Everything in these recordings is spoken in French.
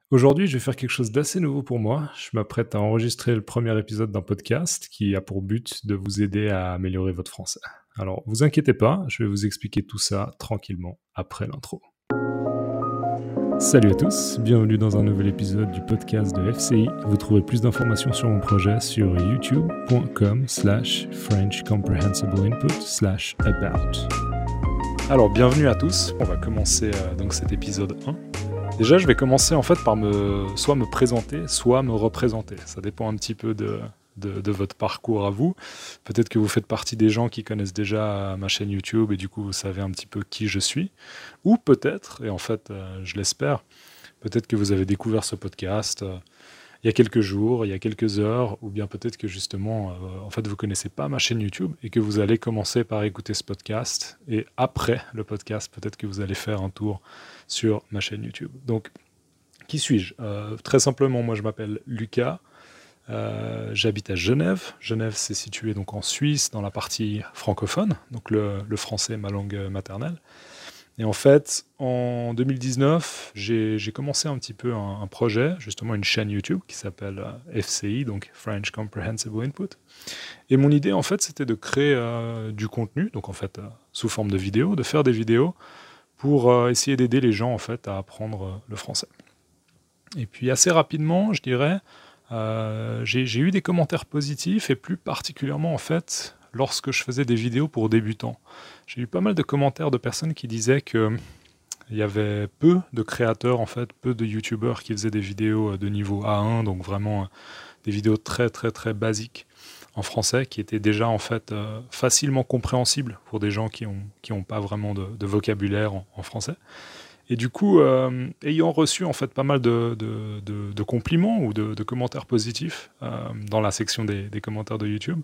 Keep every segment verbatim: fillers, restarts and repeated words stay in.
Aujourd'hui, je vais faire quelque chose d'assez nouveau pour moi. Je m'apprête à enregistrer le premier épisode d'un podcast qui a pour but de vous aider à améliorer votre français. Alors, vous inquiétez pas, je vais vous expliquer tout ça tranquillement après l'intro. Salut à tous, bienvenue dans un nouvel épisode du podcast de F C I. Vous trouverez plus d'informations sur mon projet sur youtube.com slash French Comprehensible Input slash about. Alors, bienvenue à tous. On va commencer euh, donc cet épisode un. Déjà, je vais commencer en fait par me, soit me présenter, soit me représenter. Ça dépend un petit peu de, de, de votre parcours à vous. Peut-être que vous faites partie des gens qui connaissent déjà ma chaîne YouTube et du coup vous savez un petit peu qui je suis. Ou peut-être, et en fait euh, je l'espère, peut-être que vous avez découvert ce podcast euh, il y a quelques jours, il y a quelques heures, ou bien peut-être que justement, euh, en fait vous connaissez pas ma chaîne YouTube et que vous allez commencer par écouter ce podcast. Et après le podcast, peut-être que vous allez faire un tour sur ma chaîne YouTube. Donc, qui suis-je euh, Très simplement, moi je m'appelle Lucas, euh, j'habite à Genève. Genève, c'est situé donc en Suisse, dans la partie francophone, donc le, le français est ma langue maternelle. Et en fait, en deux mille dix-neuf, j'ai, j'ai commencé un petit peu un, un projet, justement une chaîne YouTube qui s'appelle euh, F C I, donc French Comprehensible Input. Et mon idée, en fait, c'était de créer euh, du contenu, donc en fait, euh, sous forme de vidéos, de faire des vidéos pour euh, essayer d'aider les gens en fait à apprendre euh, le français. Et puis assez rapidement, je dirais, euh, j'ai, j'ai eu des commentaires positifs et plus particulièrement en fait lorsque je faisais des vidéos pour débutants. J'ai eu pas mal de commentaires de personnes qui disaient que il y avait peu de créateurs en fait, peu de youtubeurs qui faisaient des vidéos de niveau A un, donc vraiment euh, des vidéos très très très basiques en français, qui étaient déjà en fait euh, facilement compréhensibles pour des gens qui ont qui ont pas vraiment de, de vocabulaire en, en français. Et du coup, euh, ayant reçu en fait pas mal de, de, de, de compliments ou de, de commentaires positifs euh, dans la section des, des commentaires de YouTube,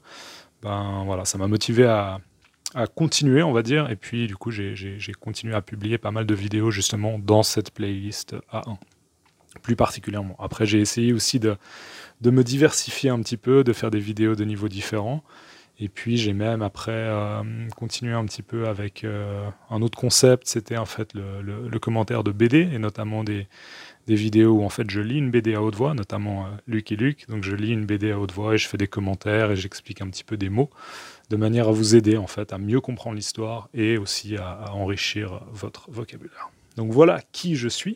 ben voilà, ça m'a motivé à, à continuer, on va dire. Et puis du coup, j'ai, j'ai, j'ai continué à publier pas mal de vidéos justement dans cette playlist A un, plus particulièrement. Après, j'ai essayé aussi de, de me diversifier un petit peu, de faire des vidéos de niveaux différents. Et puis j'ai même après euh, continué un petit peu avec euh, un autre concept, c'était en fait le, le, le commentaire de B D, et notamment des, des vidéos où en fait je lis une B D à haute voix, notamment euh, Luc et Luc, donc je lis une B D à haute voix et je fais des commentaires et j'explique un petit peu des mots, de manière à vous aider en fait à mieux comprendre l'histoire et aussi à, à enrichir votre vocabulaire. Donc voilà qui je suis.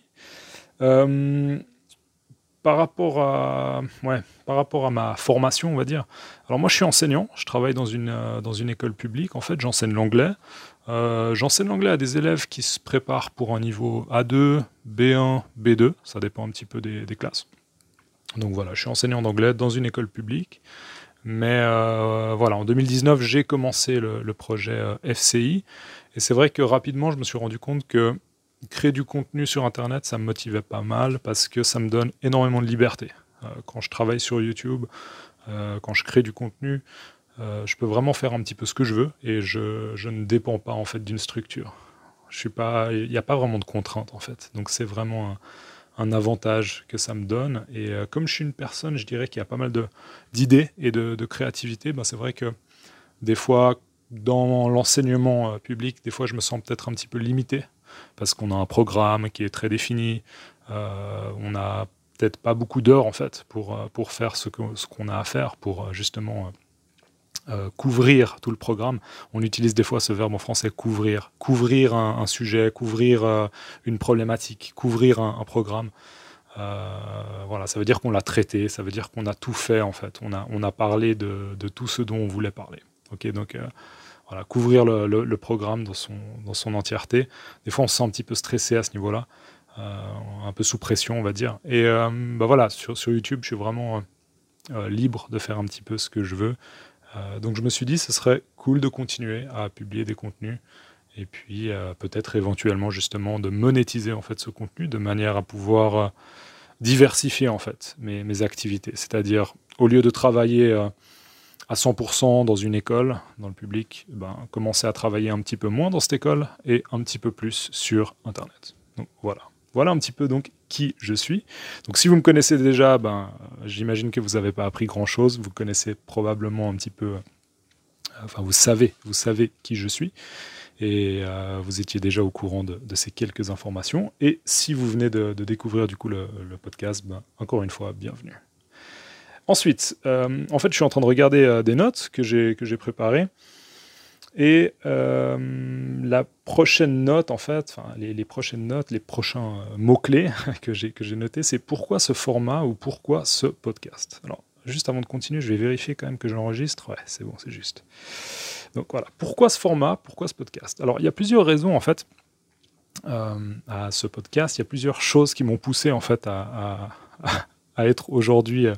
Euh, Par rapport à, ouais, par rapport à ma formation, on va dire. Alors moi, je suis enseignant. Je travaille dans une, euh, dans une école publique. En fait, j'enseigne l'anglais. Euh, j'enseigne l'anglais à des élèves qui se préparent pour un niveau A deux, B un, B deux. Ça dépend un petit peu des, des classes. Donc voilà, je suis enseignant d'anglais dans une école publique. Mais euh, voilà, en deux mille dix-neuf, j'ai commencé le, le projet euh, F C I. Et c'est vrai que rapidement, je me suis rendu compte que créer du contenu sur Internet, ça me motivait pas mal parce que ça me donne énormément de liberté. Euh, quand je travaille sur YouTube, euh, quand je crée du contenu, euh, je peux vraiment faire un petit peu ce que je veux et je, je ne dépends pas en fait d'une structure. Je suis pas, il n'y a pas vraiment de contraintes en fait. Donc c'est vraiment un, un avantage que ça me donne. Et euh, comme je suis une personne, je dirais qui a pas mal de, d'idées et de, de créativité, ben c'est vrai que des fois, dans l'enseignement euh, public, des fois je me sens peut-être un petit peu limité parce qu'on a un programme qui est très défini, euh, on n'a peut-être pas beaucoup d'heures en fait pour, pour faire ce, que, ce qu'on a à faire pour justement euh, couvrir tout le programme. On utilise des fois ce verbe en français couvrir, couvrir un, un sujet, couvrir euh, une problématique, couvrir un, un programme. Euh, voilà, ça veut dire qu'on l'a traité, ça veut dire qu'on a tout fait en fait, on a, on a parlé de, de tout ce dont on voulait parler. Ok, donc euh, voilà, couvrir le, le, le programme dans son, dans son entièreté. Des fois, on se sent un petit peu stressé à ce niveau-là, euh, un peu sous pression, on va dire. Et euh, bah voilà, sur, sur YouTube, je suis vraiment euh, libre de faire un petit peu ce que je veux. Euh, donc, je me suis dit, ce serait cool de continuer à publier des contenus et puis euh, peut-être éventuellement justement de monétiser en fait ce contenu de manière à pouvoir euh, diversifier en fait mes, mes activités. C'est-à-dire, au lieu de travailler euh, à cent pour cent dans une école, dans le public, ben, commencer à travailler un petit peu moins dans cette école et un petit peu plus sur Internet. Donc voilà. Voilà un petit peu donc qui je suis. Donc si vous me connaissez déjà, ben, j'imagine que vous n'avez pas appris grand-chose. Vous connaissez probablement un petit peu... Euh, enfin, vous savez, vous savez qui je suis. et euh, vous étiez déjà au courant de, de ces quelques informations. Et si vous venez de, de découvrir du coup le, le podcast, ben, encore une fois, bienvenue. Ensuite, euh, en fait, je suis en train de regarder euh, des notes que j'ai que j'ai préparées. Et euh, la prochaine note, en fait, enfin, les, les prochaines notes, les prochains euh, mots-clés que j'ai que j'ai notés, c'est pourquoi ce format ou pourquoi ce podcast. Alors, juste avant de continuer, je vais vérifier quand même que j'enregistre. Ouais, c'est bon, c'est juste. Donc voilà, pourquoi ce format, pourquoi ce podcast? Alors, il y a plusieurs raisons, en fait, euh, à ce podcast. Il y a plusieurs choses qui m'ont poussé, en fait, à, à, à être aujourd'hui... Euh,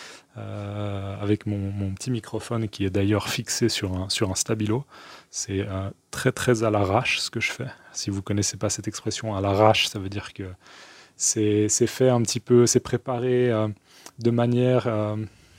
Euh, avec mon, mon petit microphone qui est d'ailleurs fixé sur un, sur un stabilo. C'est euh, très très à l'arrache ce que je fais. Si vous ne connaissez pas cette expression, à l'arrache, ça veut dire que c'est, c'est fait un petit peu, c'est préparé euh, de manière euh,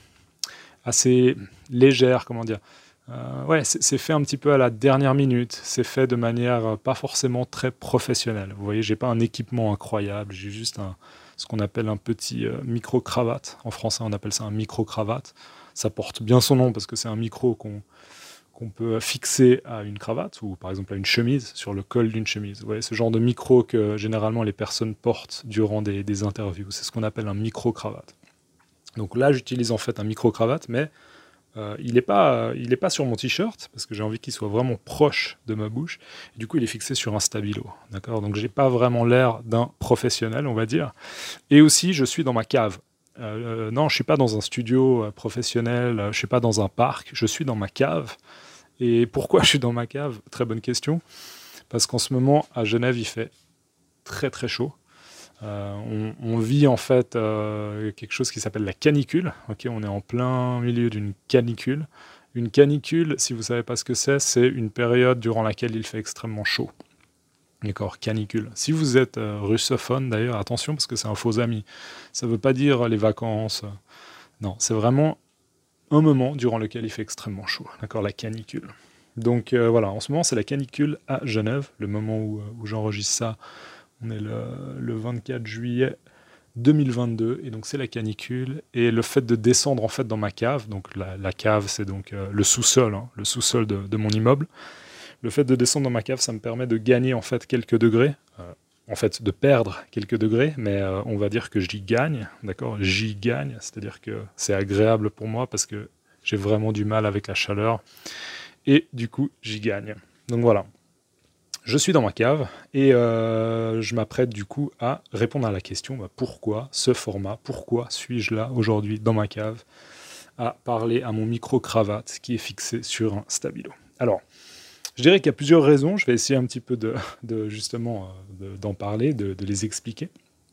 assez légère, comment dire. Euh, ouais, c'est, c'est fait un petit peu à la dernière minute. C'est fait de manière euh, pas forcément très professionnelle. Vous voyez, j'ai pas un équipement incroyable, j'ai juste un ce qu'on appelle un petit euh, micro-cravate. En français, on appelle ça un micro-cravate. Ça porte bien son nom parce que c'est un micro qu'on, qu'on peut fixer à une cravate ou par exemple à une chemise, sur le col d'une chemise. Vous voyez, ce genre de micro que généralement les personnes portent durant des, des interviews. C'est ce qu'on appelle un micro-cravate. Donc là, j'utilise en fait un micro-cravate, mais Euh, il n'est pas, euh, il est pas sur mon t-shirt, parce que j'ai envie qu'il soit vraiment proche de ma bouche. Et du coup, il est fixé sur un stabilo. D'accord ? Donc, je n'ai pas vraiment l'air d'un professionnel, on va dire. Et aussi, je suis dans ma cave. Euh, non, je ne suis pas dans un studio euh, professionnel, je ne suis pas dans un parc, je suis dans ma cave. Et pourquoi je suis dans ma cave ? Très bonne question. Parce qu'en ce moment, à Genève, il fait très très chaud. Euh, on, on vit en fait euh, quelque chose qui s'appelle la canicule. Okay, on est en plein milieu d'une canicule. Une canicule, si vous ne savez pas ce que c'est, c'est une période durant laquelle il fait extrêmement chaud. D'accord, canicule. Si vous êtes euh, russophone d'ailleurs, attention parce que c'est un faux ami. Ça ne veut pas dire les vacances. Non, c'est vraiment un moment durant lequel il fait extrêmement chaud. D'accord, la canicule. Donc euh, voilà, en ce moment c'est la canicule à Genève, le moment où, où j'enregistre ça. On est le, le vingt-quatre juillet deux mille vingt-deux, et donc c'est la canicule. Et le fait de descendre en fait dans ma cave, donc la, la cave c'est donc euh, le sous-sol, hein, le sous-sol de, de mon immeuble. Le fait de descendre dans ma cave, ça me permet de gagner en fait quelques degrés, euh, en fait de perdre quelques degrés, mais euh, on va dire que j'y gagne, d'accord ? J'y gagne, c'est-à-dire que c'est agréable pour moi parce que j'ai vraiment du mal avec la chaleur, et du coup j'y gagne. Donc voilà. Je suis dans ma cave et euh, je m'apprête du coup à répondre à la question bah, pourquoi ce format, pourquoi suis-je là aujourd'hui dans ma cave à parler à mon micro-cravate qui est fixé sur un stabilo. Alors, je dirais qu'il y a plusieurs raisons, je vais essayer un petit peu de, de justement de, d'en parler, de, de les expliquer.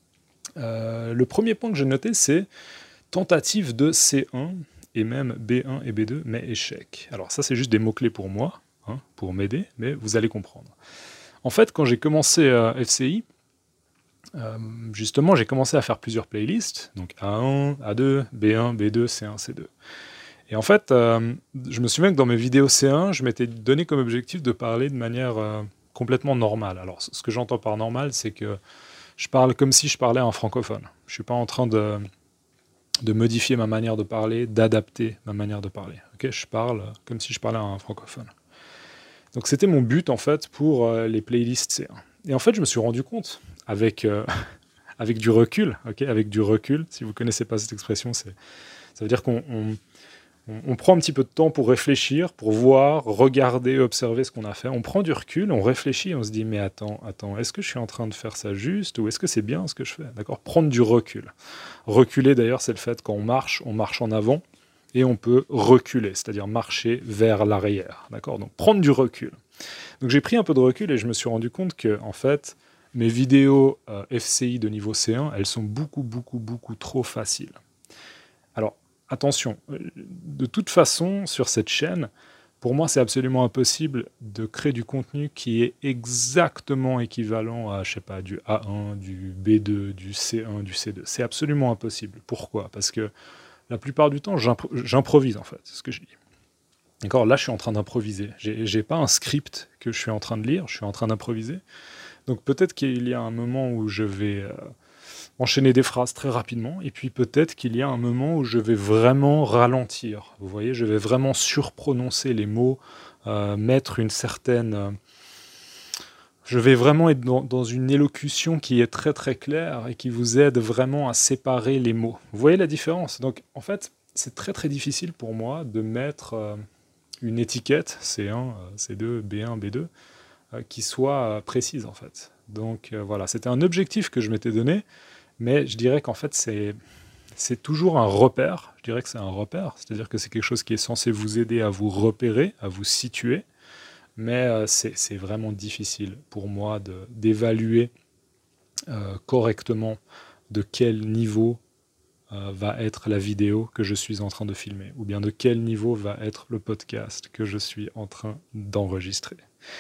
Euh, le premier point que j'ai noté, c'est tentative de C un et même B un et B deux, mais échec. Alors ça, c'est juste des mots-clés pour moi. Hein, pour m'aider, mais vous allez comprendre. En fait, quand j'ai commencé euh, F C I, euh, justement, j'ai commencé à faire plusieurs playlists, donc A un, A deux, B un, B deux, C un, C deux. Et en fait, euh, je me souviens que dans mes vidéos C un, je m'étais donné comme objectif de parler de manière euh, complètement normale. Alors, ce que j'entends par normal, c'est que je parle comme si je parlais à un francophone. Je ne suis pas en train de, de modifier ma manière de parler, d'adapter ma manière de parler. Okay, je parle comme si je parlais à un francophone. Donc c'était mon but en fait pour euh, les playlists C un. Et en fait je me suis rendu compte avec, euh, avec du recul, okay, avec du recul, si vous ne connaissez pas cette expression, c'est, ça veut dire qu'on on, on, on prend un petit peu de temps pour réfléchir, pour voir, regarder, observer ce qu'on a fait. On prend du recul, on réfléchit, on se dit mais attends, attends, est-ce que je suis en train de faire ça juste ou est-ce que c'est bien ce que je fais ? D'accord ? Prendre du recul. Reculer d'ailleurs c'est le fait quand on marche, on marche en avant. Et on peut reculer, c'est-à-dire marcher vers l'arrière. D'accord ? Donc prendre du recul. Donc j'ai pris un peu de recul et je me suis rendu compte que, en fait, mes vidéos euh, F C I de niveau C un, elles sont beaucoup, beaucoup, beaucoup trop faciles. Alors, attention, de toute façon, sur cette chaîne, pour moi, c'est absolument impossible de créer du contenu qui est exactement équivalent à, je sais pas, du A un, du B deux, du C un, du C deux. C'est absolument impossible. Pourquoi ? Parce que la plupart du temps, j'impro- j'improvise en fait, c'est ce que je dis. D'accord, là je suis en train d'improviser. J'ai, j'ai pas un script que je suis en train de lire, je suis en train d'improviser. Donc peut-être qu'il y a un moment où je vais euh, enchaîner des phrases très rapidement, et puis peut-être qu'il y a un moment où je vais vraiment ralentir. Vous voyez, je vais vraiment surprononcer les mots, euh, mettre une certaine, euh, je vais vraiment être dans, dans une élocution qui est très très claire et qui vous aide vraiment à séparer les mots. Vous voyez la différence? Donc en fait, c'est très très difficile pour moi de mettre euh, une étiquette C un, C deux, B un, B deux euh, qui soit euh, précise en fait. Donc euh, voilà, c'était un objectif que je m'étais donné, mais je dirais qu'en fait c'est c'est toujours un repère. Je dirais que c'est un repère, c'est-à-dire que c'est quelque chose qui est censé vous aider à vous repérer, à vous situer. Mais euh, c'est, c'est vraiment difficile pour moi de, d'évaluer euh, correctement de quel niveau euh, va être la vidéo que je suis en train de filmer, ou bien de quel niveau va être le podcast que je suis en train d'enregistrer.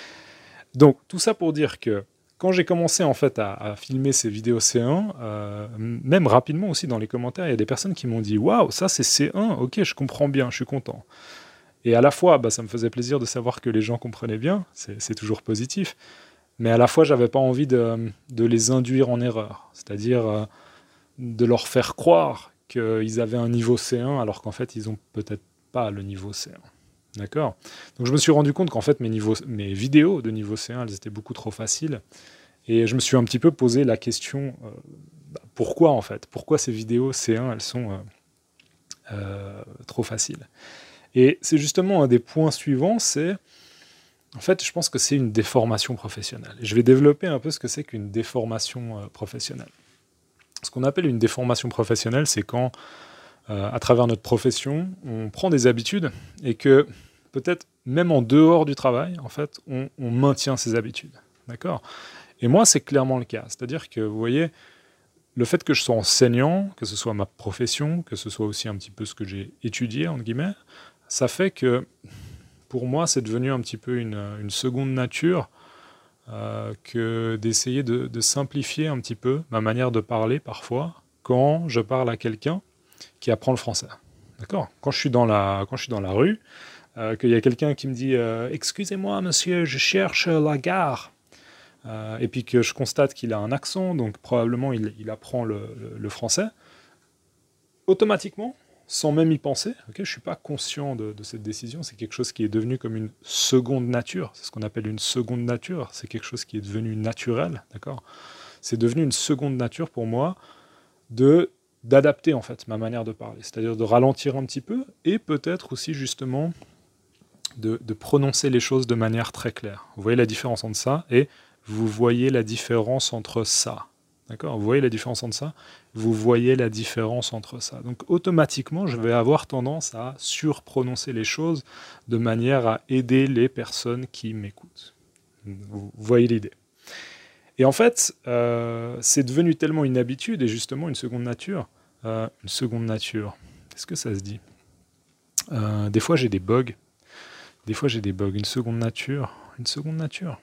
Donc tout ça pour dire que quand j'ai commencé en fait à, à filmer ces vidéos C un, euh, même rapidement aussi dans les commentaires, il y a des personnes qui m'ont dit « Waouh, ça c'est C un, ok, je comprends bien, je suis content ». Et à la fois, bah, ça me faisait plaisir de savoir que les gens comprenaient bien, c'est, c'est toujours positif, mais à la fois, j'avais pas envie de, de les induire en erreur, c'est-à-dire euh, de leur faire croire qu'ils avaient un niveau C un, alors qu'en fait, ils ont peut-être pas le niveau C un. D'accord ? Donc je me suis rendu compte qu'en fait, mes, niveaux, mes vidéos de niveau C un, elles étaient beaucoup trop faciles, et je me suis un petit peu posé la question, euh, bah, pourquoi en fait ? Pourquoi ces vidéos C un, elles sont euh, euh, trop faciles ? Et c'est justement un des points suivants, c'est, en fait, je pense que c'est une déformation professionnelle. Et je vais développer un peu ce que c'est qu'une déformation euh, professionnelle. Ce qu'on appelle une déformation professionnelle, c'est quand, euh, à travers notre profession, on prend des habitudes et que, peut-être même en dehors du travail, en fait, on, on maintient ces habitudes. D'accord ? Et moi, c'est clairement le cas. C'est-à-dire que, vous voyez, le fait que je sois enseignant, que ce soit ma profession, que ce soit aussi un petit peu ce que j'ai étudié, entre guillemets, ça fait que, pour moi, c'est devenu un petit peu une, une seconde nature euh, que d'essayer de, de simplifier un petit peu ma manière de parler parfois quand je parle à quelqu'un qui apprend le français. D'accord ? Quand je suis dans la, quand je suis dans la rue, euh, qu'il y a quelqu'un qui me dit euh, « Excusez-moi, monsieur, je cherche la gare euh, », et puis que je constate qu'il a un accent, donc probablement il, il apprend le, le, le français, automatiquement, sans même y penser, okay, je ne suis pas conscient de, de cette décision, c'est quelque chose qui est devenu comme une seconde nature, c'est ce qu'on appelle une seconde nature, c'est quelque chose qui est devenu naturel, d'accord ? C'est devenu une seconde nature pour moi de, d'adapter en fait ma manière de parler, c'est-à-dire de ralentir un petit peu et peut-être aussi justement de, de prononcer les choses de manière très claire. Vous voyez la différence entre ça et vous voyez la différence entre ça. D'accord ? Vous voyez la différence entre ça ? Vous voyez la différence entre ça. Donc automatiquement, je vais avoir tendance à surprononcer les choses de manière à aider les personnes qui m'écoutent. Vous voyez l'idée. Et en fait, euh, c'est devenu tellement une habitude et justement une seconde nature. Euh, une seconde nature, est-ce que ça se dit ? euh, Des fois, j'ai des bugs. Des fois, j'ai des bugs. Une seconde nature. Une seconde nature.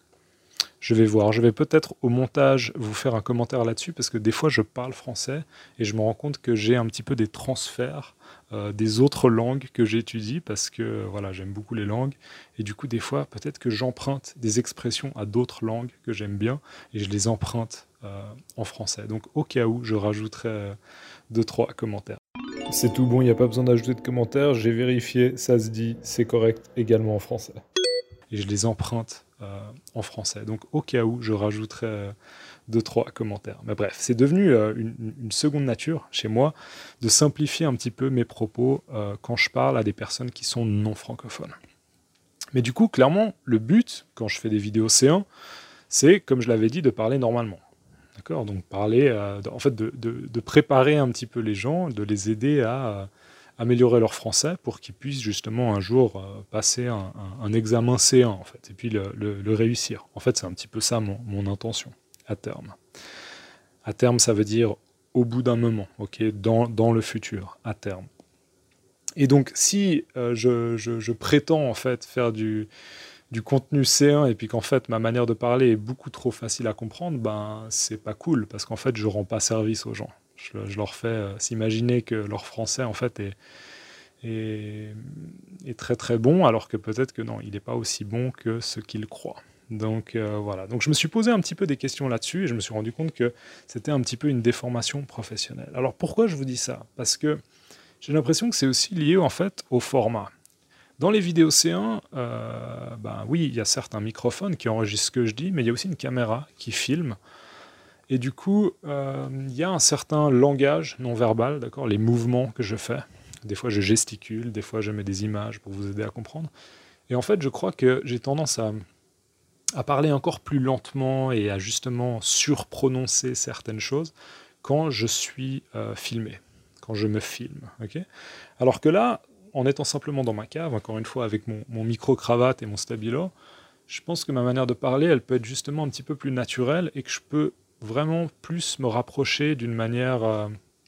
Je vais voir, je vais peut-être au montage vous faire un commentaire là-dessus parce que des fois je parle français et je me rends compte que j'ai un petit peu des transferts euh, des autres langues que j'étudie parce que voilà, j'aime beaucoup les langues et du coup des fois peut-être que j'emprunte des expressions à d'autres langues que j'aime bien et je les emprunte euh, en français. Donc au cas où je rajouterai euh, deux trois commentaires. C'est tout bon, il n'y a pas besoin d'ajouter de commentaires, j'ai vérifié, ça se dit, c'est correct également en français. Et je les emprunte euh, en français. Donc au cas où, je rajouterai euh, deux, trois commentaires. Mais bref, c'est devenu euh, une, une seconde nature chez moi de simplifier un petit peu mes propos euh, quand je parle à des personnes qui sont non francophones. Mais du coup, clairement, le but, quand je fais des vidéos C un, c'est, comme je l'avais dit, de parler normalement. D'accord ? Donc parler, euh, de, en fait, de, de, de préparer un petit peu les gens, de les aider à... Euh, améliorer leur français pour qu'ils puissent justement un jour euh, passer un, un, un examen C un en fait, et puis le, le, le réussir. En fait, c'est un petit peu ça mon, mon intention à terme. À terme, ça veut dire au bout d'un moment, ok, dans, dans le futur, à terme. Et donc, si euh, je, je, je prétends en fait faire du, du contenu C un et puis qu'en fait ma manière de parler est beaucoup trop facile à comprendre, ben c'est pas cool parce qu'en fait je rends pas service aux gens. Je, je leur fais euh, s'imaginer que leur français en fait est, est, est très très bon, alors que peut-être que non, il n'est pas aussi bon que ce qu'ils croient. Donc euh, voilà. Donc je me suis posé un petit peu des questions là-dessus et je me suis rendu compte que c'était un petit peu une déformation professionnelle. Alors pourquoi je vous dis ça ? Parce que j'ai l'impression que c'est aussi lié en fait au format. Dans les vidéos C un, euh, ben oui, il y a certes un microphone qui enregistre ce que je dis, mais il y a aussi une caméra qui filme. Et du coup, euh, il y a un certain langage non verbal, d'accord, les mouvements que je fais. Des fois, je gesticule, des fois, je mets des images pour vous aider à comprendre. Et en fait, je crois que j'ai tendance à, à parler encore plus lentement et à justement surprononcer certaines choses quand je suis euh, filmé, quand je me filme. Okay, alors que là, en étant simplement dans ma cave, encore une fois, avec mon, mon micro-cravate et mon stabilo, je pense que ma manière de parler, elle peut être justement un petit peu plus naturelle et que je peux vraiment plus me rapprocher d'une manière euh,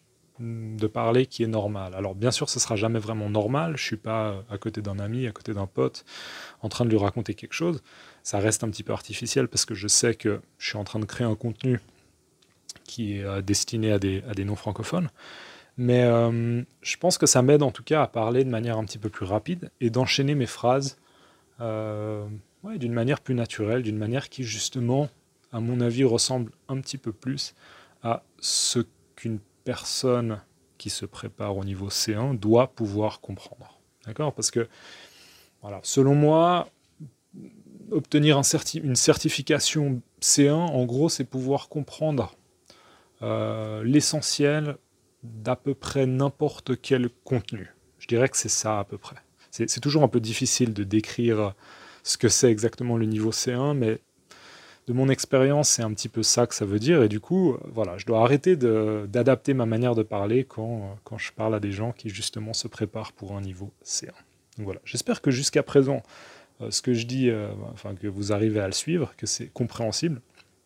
de parler qui est normale. Alors bien sûr, ce ne sera jamais vraiment normal, je ne suis pas à côté d'un ami, à côté d'un pote, en train de lui raconter quelque chose. Ça reste un petit peu artificiel parce que je sais que je suis en train de créer un contenu qui est euh, destiné à des, à des non-francophones. Mais euh, je pense que ça m'aide en tout cas à parler de manière un petit peu plus rapide et d'enchaîner mes phrases euh, ouais, d'une manière plus naturelle, d'une manière qui justement, à mon avis, ressemble un petit peu plus à ce qu'une personne qui se prépare au niveau C un doit pouvoir comprendre. D'accord ? Parce que, voilà, selon moi, obtenir un certi- une certification C un, en gros, c'est pouvoir comprendre euh, l'essentiel d'à peu près n'importe quel contenu. Je dirais que c'est ça à peu près. C'est, c'est toujours un peu difficile de décrire ce que c'est exactement le niveau C un, mais de mon expérience, c'est un petit peu ça que ça veut dire. Et du coup, voilà, je dois arrêter de, d'adapter ma manière de parler quand, quand je parle à des gens qui justement se préparent pour un niveau C un. Donc voilà, j'espère que jusqu'à présent, euh, ce que je dis, euh, enfin que vous arrivez à le suivre, que c'est compréhensible.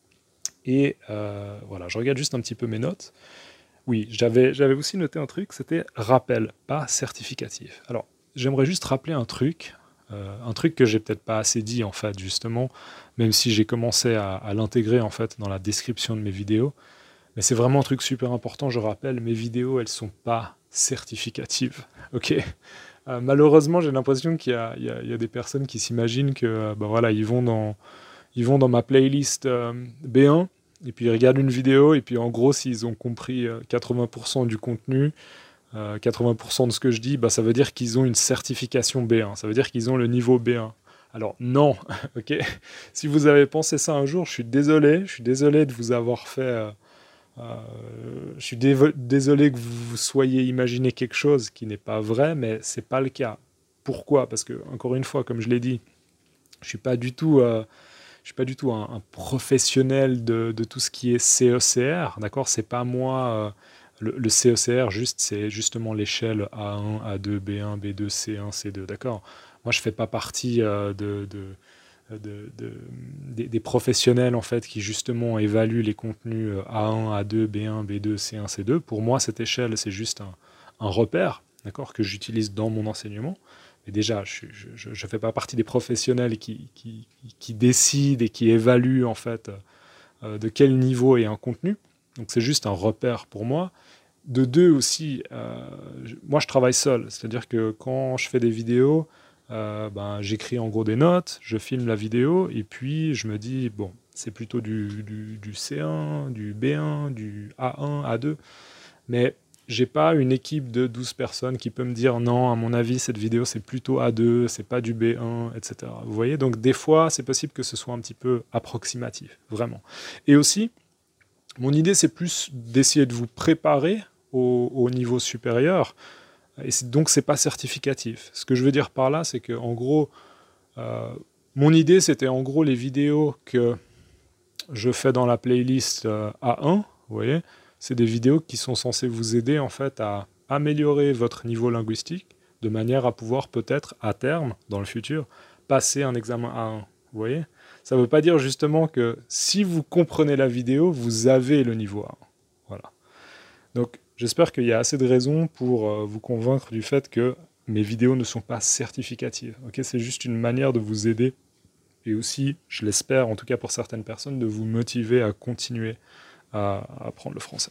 Et euh, voilà, je regarde juste un petit peu mes notes. Oui, j'avais, j'avais aussi noté un truc, c'était rappel, pas certificatif. Alors, j'aimerais juste rappeler un truc, euh, un truc que j'ai peut-être pas assez dit en fait, justement, même si j'ai commencé à, à l'intégrer en fait dans la description de mes vidéos. Mais c'est vraiment un truc super important, je rappelle, mes vidéos, elles sont pas certificatives, ok ? euh, Malheureusement, j'ai l'impression qu'il y a, il y a, il y a des personnes qui s'imaginent que, euh, ben voilà, ils vont dans, ils vont dans ma playlist euh, B un, et puis ils regardent une vidéo, et puis en gros, s'ils ont compris euh, quatre-vingts pour cent du contenu, euh, quatre-vingts pour cent de ce que je dis, bah, ça veut dire qu'ils ont une certification B un, ça veut dire qu'ils ont le niveau B un. Alors non, ok. Si vous avez pensé ça un jour, je suis désolé, je suis désolé de vous avoir fait... Euh, euh, je suis dé- désolé que vous soyez imaginé quelque chose qui n'est pas vrai, mais c'est pas le cas. Pourquoi ? Parce que, encore une fois, comme je l'ai dit, je suis pas du tout... Euh, je suis pas du tout un, un professionnel de, de tout ce qui est C E C R, d'accord ? C'est pas moi, euh, le, le C E C R, juste, c'est justement l'échelle A un, A deux, B un, B deux, C un, C deux, d'accord ? Moi, je fais pas partie euh, de, de, de, de, des, des professionnels, en fait, qui justement évaluent les contenus A un, A deux, B un, B deux, C un, C deux. Pour moi, cette échelle, c'est juste un, un repère, d'accord, que j'utilise dans mon enseignement. Et déjà, je ne fais pas partie des professionnels qui, qui, qui décident et qui évaluent en fait euh, de quel niveau est un contenu. Donc c'est juste un repère pour moi. De deux aussi, euh, je, moi je travaille seul. C'est-à-dire que quand je fais des vidéos, euh, ben, j'écris en gros des notes, je filme la vidéo et puis je me dis, bon, c'est plutôt du, du, du C un, du B un, du A un, A deux. Mais j'ai pas une équipe de douze personnes qui peut me dire non, à mon avis, cette vidéo c'est plutôt A deux, c'est pas du B un, et cetera. Vous voyez, donc des fois, c'est possible que ce soit un petit peu approximatif, vraiment. Et aussi, mon idée, c'est plus d'essayer de vous préparer au, au niveau supérieur, et c'est, donc c'est pas certificatif. Ce que je veux dire par là, c'est que en gros, euh, mon idée, c'était en gros les vidéos que je fais dans la playlist euh, A un, vous voyez. C'est des vidéos qui sont censées vous aider en fait à améliorer votre niveau linguistique de manière à pouvoir peut-être à terme, dans le futur, passer un examen A un. Vous voyez ? Ça ne veut pas dire justement que si vous comprenez la vidéo, vous avez le niveau A un. Voilà. Donc j'espère qu'il y a assez de raisons pour euh, vous convaincre du fait que mes vidéos ne sont pas certificatives. Okay ? C'est juste une manière de vous aider et aussi, je l'espère, en tout cas pour certaines personnes, de vous motiver à continuer à apprendre le français.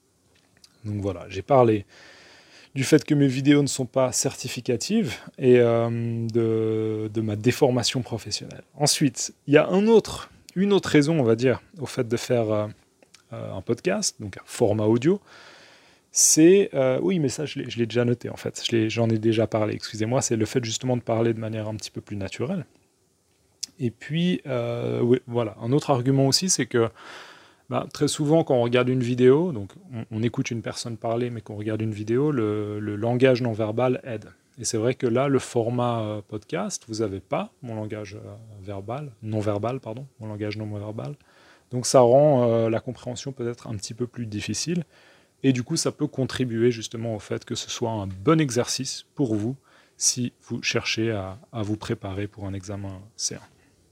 Donc voilà, j'ai parlé du fait que mes vidéos ne sont pas certificatives et euh, de, de ma déformation professionnelle. Ensuite, il y a un autre, une autre raison, on va dire, au fait de faire euh, un podcast, donc un format audio, c'est... Euh, oui, mais ça, je l'ai, je l'ai déjà noté, en fait. Je l'ai, j'en ai déjà parlé, excusez-moi. C'est le fait justement de parler de manière un petit peu plus naturelle. Et puis, euh, oui, voilà. Un autre argument aussi, c'est que bah, très souvent, quand on regarde une vidéo, donc on, on écoute une personne parler, mais qu'on regarde une vidéo, le, le langage non verbal aide. Et c'est vrai que là, le format euh, podcast, vous n'avez pas mon langage euh, verbal, non verbal, pardon, mon langage non verbal. Donc ça rend euh, la compréhension peut-être un petit peu plus difficile. Et du coup, ça peut contribuer justement au fait que ce soit un bon exercice pour vous si vous cherchez à, à vous préparer pour un examen C un.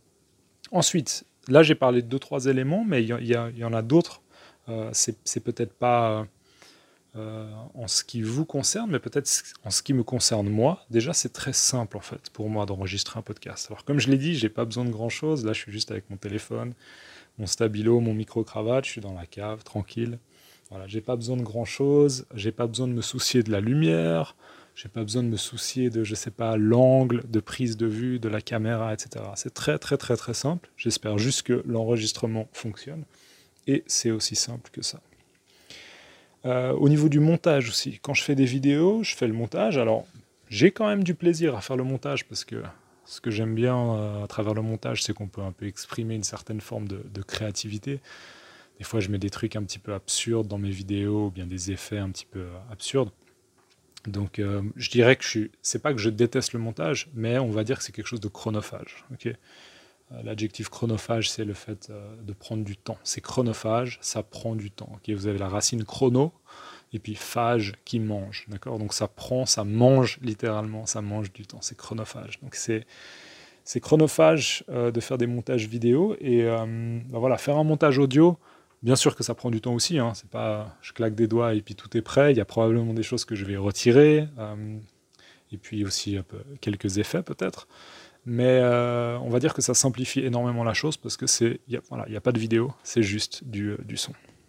Ensuite, là j'ai parlé de deux, trois éléments, mais il y, y, y en a d'autres. Euh, c'est, c'est peut-être pas euh, en ce qui vous concerne, mais peut-être en ce qui me concerne moi. Déjà, c'est très simple en fait pour moi d'enregistrer un podcast. Alors comme je l'ai dit, j'ai pas besoin de grand-chose. Là, je suis juste avec mon téléphone, mon stabilo, mon micro-cravate, je suis dans la cave, tranquille. Voilà, j'ai pas besoin de grand-chose, j'ai pas besoin de me soucier de la lumière, j'ai pas besoin de me soucier de, je sais pas, l'angle de prise de vue de la caméra, et cetera. C'est très très très très simple. J'espère juste que l'enregistrement fonctionne. Et c'est aussi simple que ça. Euh, au niveau du montage aussi, quand je fais des vidéos, je fais le montage. Alors, j'ai quand même du plaisir à faire le montage parce que ce que j'aime bien euh, à travers le montage, c'est qu'on peut un peu exprimer une certaine forme de, de créativité. Des fois, je mets des trucs un petit peu absurdes dans mes vidéos, ou bien des effets un petit peu absurdes. Donc, euh, je dirais que je suis... c'est pas que je déteste le montage, mais on va dire que c'est quelque chose de chronophage. Okay, euh, l'adjectif chronophage, c'est le fait euh, de prendre du temps. C'est chronophage, ça prend du temps. Okay, vous avez la racine chrono, et puis phage qui mange. D'accord, donc ça prend, ça mange littéralement, ça mange du temps. C'est chronophage. Donc, c'est... c'est chronophage euh, de faire des montages vidéo. Et euh, ben voilà, faire un montage audio... Bien sûr que ça prend du temps aussi, hein. C'est pas je claque des doigts et puis tout est prêt. Il y a probablement des choses que je vais retirer, euh, et puis aussi un peu, quelques effets peut-être. Mais euh, on va dire que ça simplifie énormément la chose parce que c'est, y a, voilà, y a pas de vidéo, c'est juste du, euh, du son.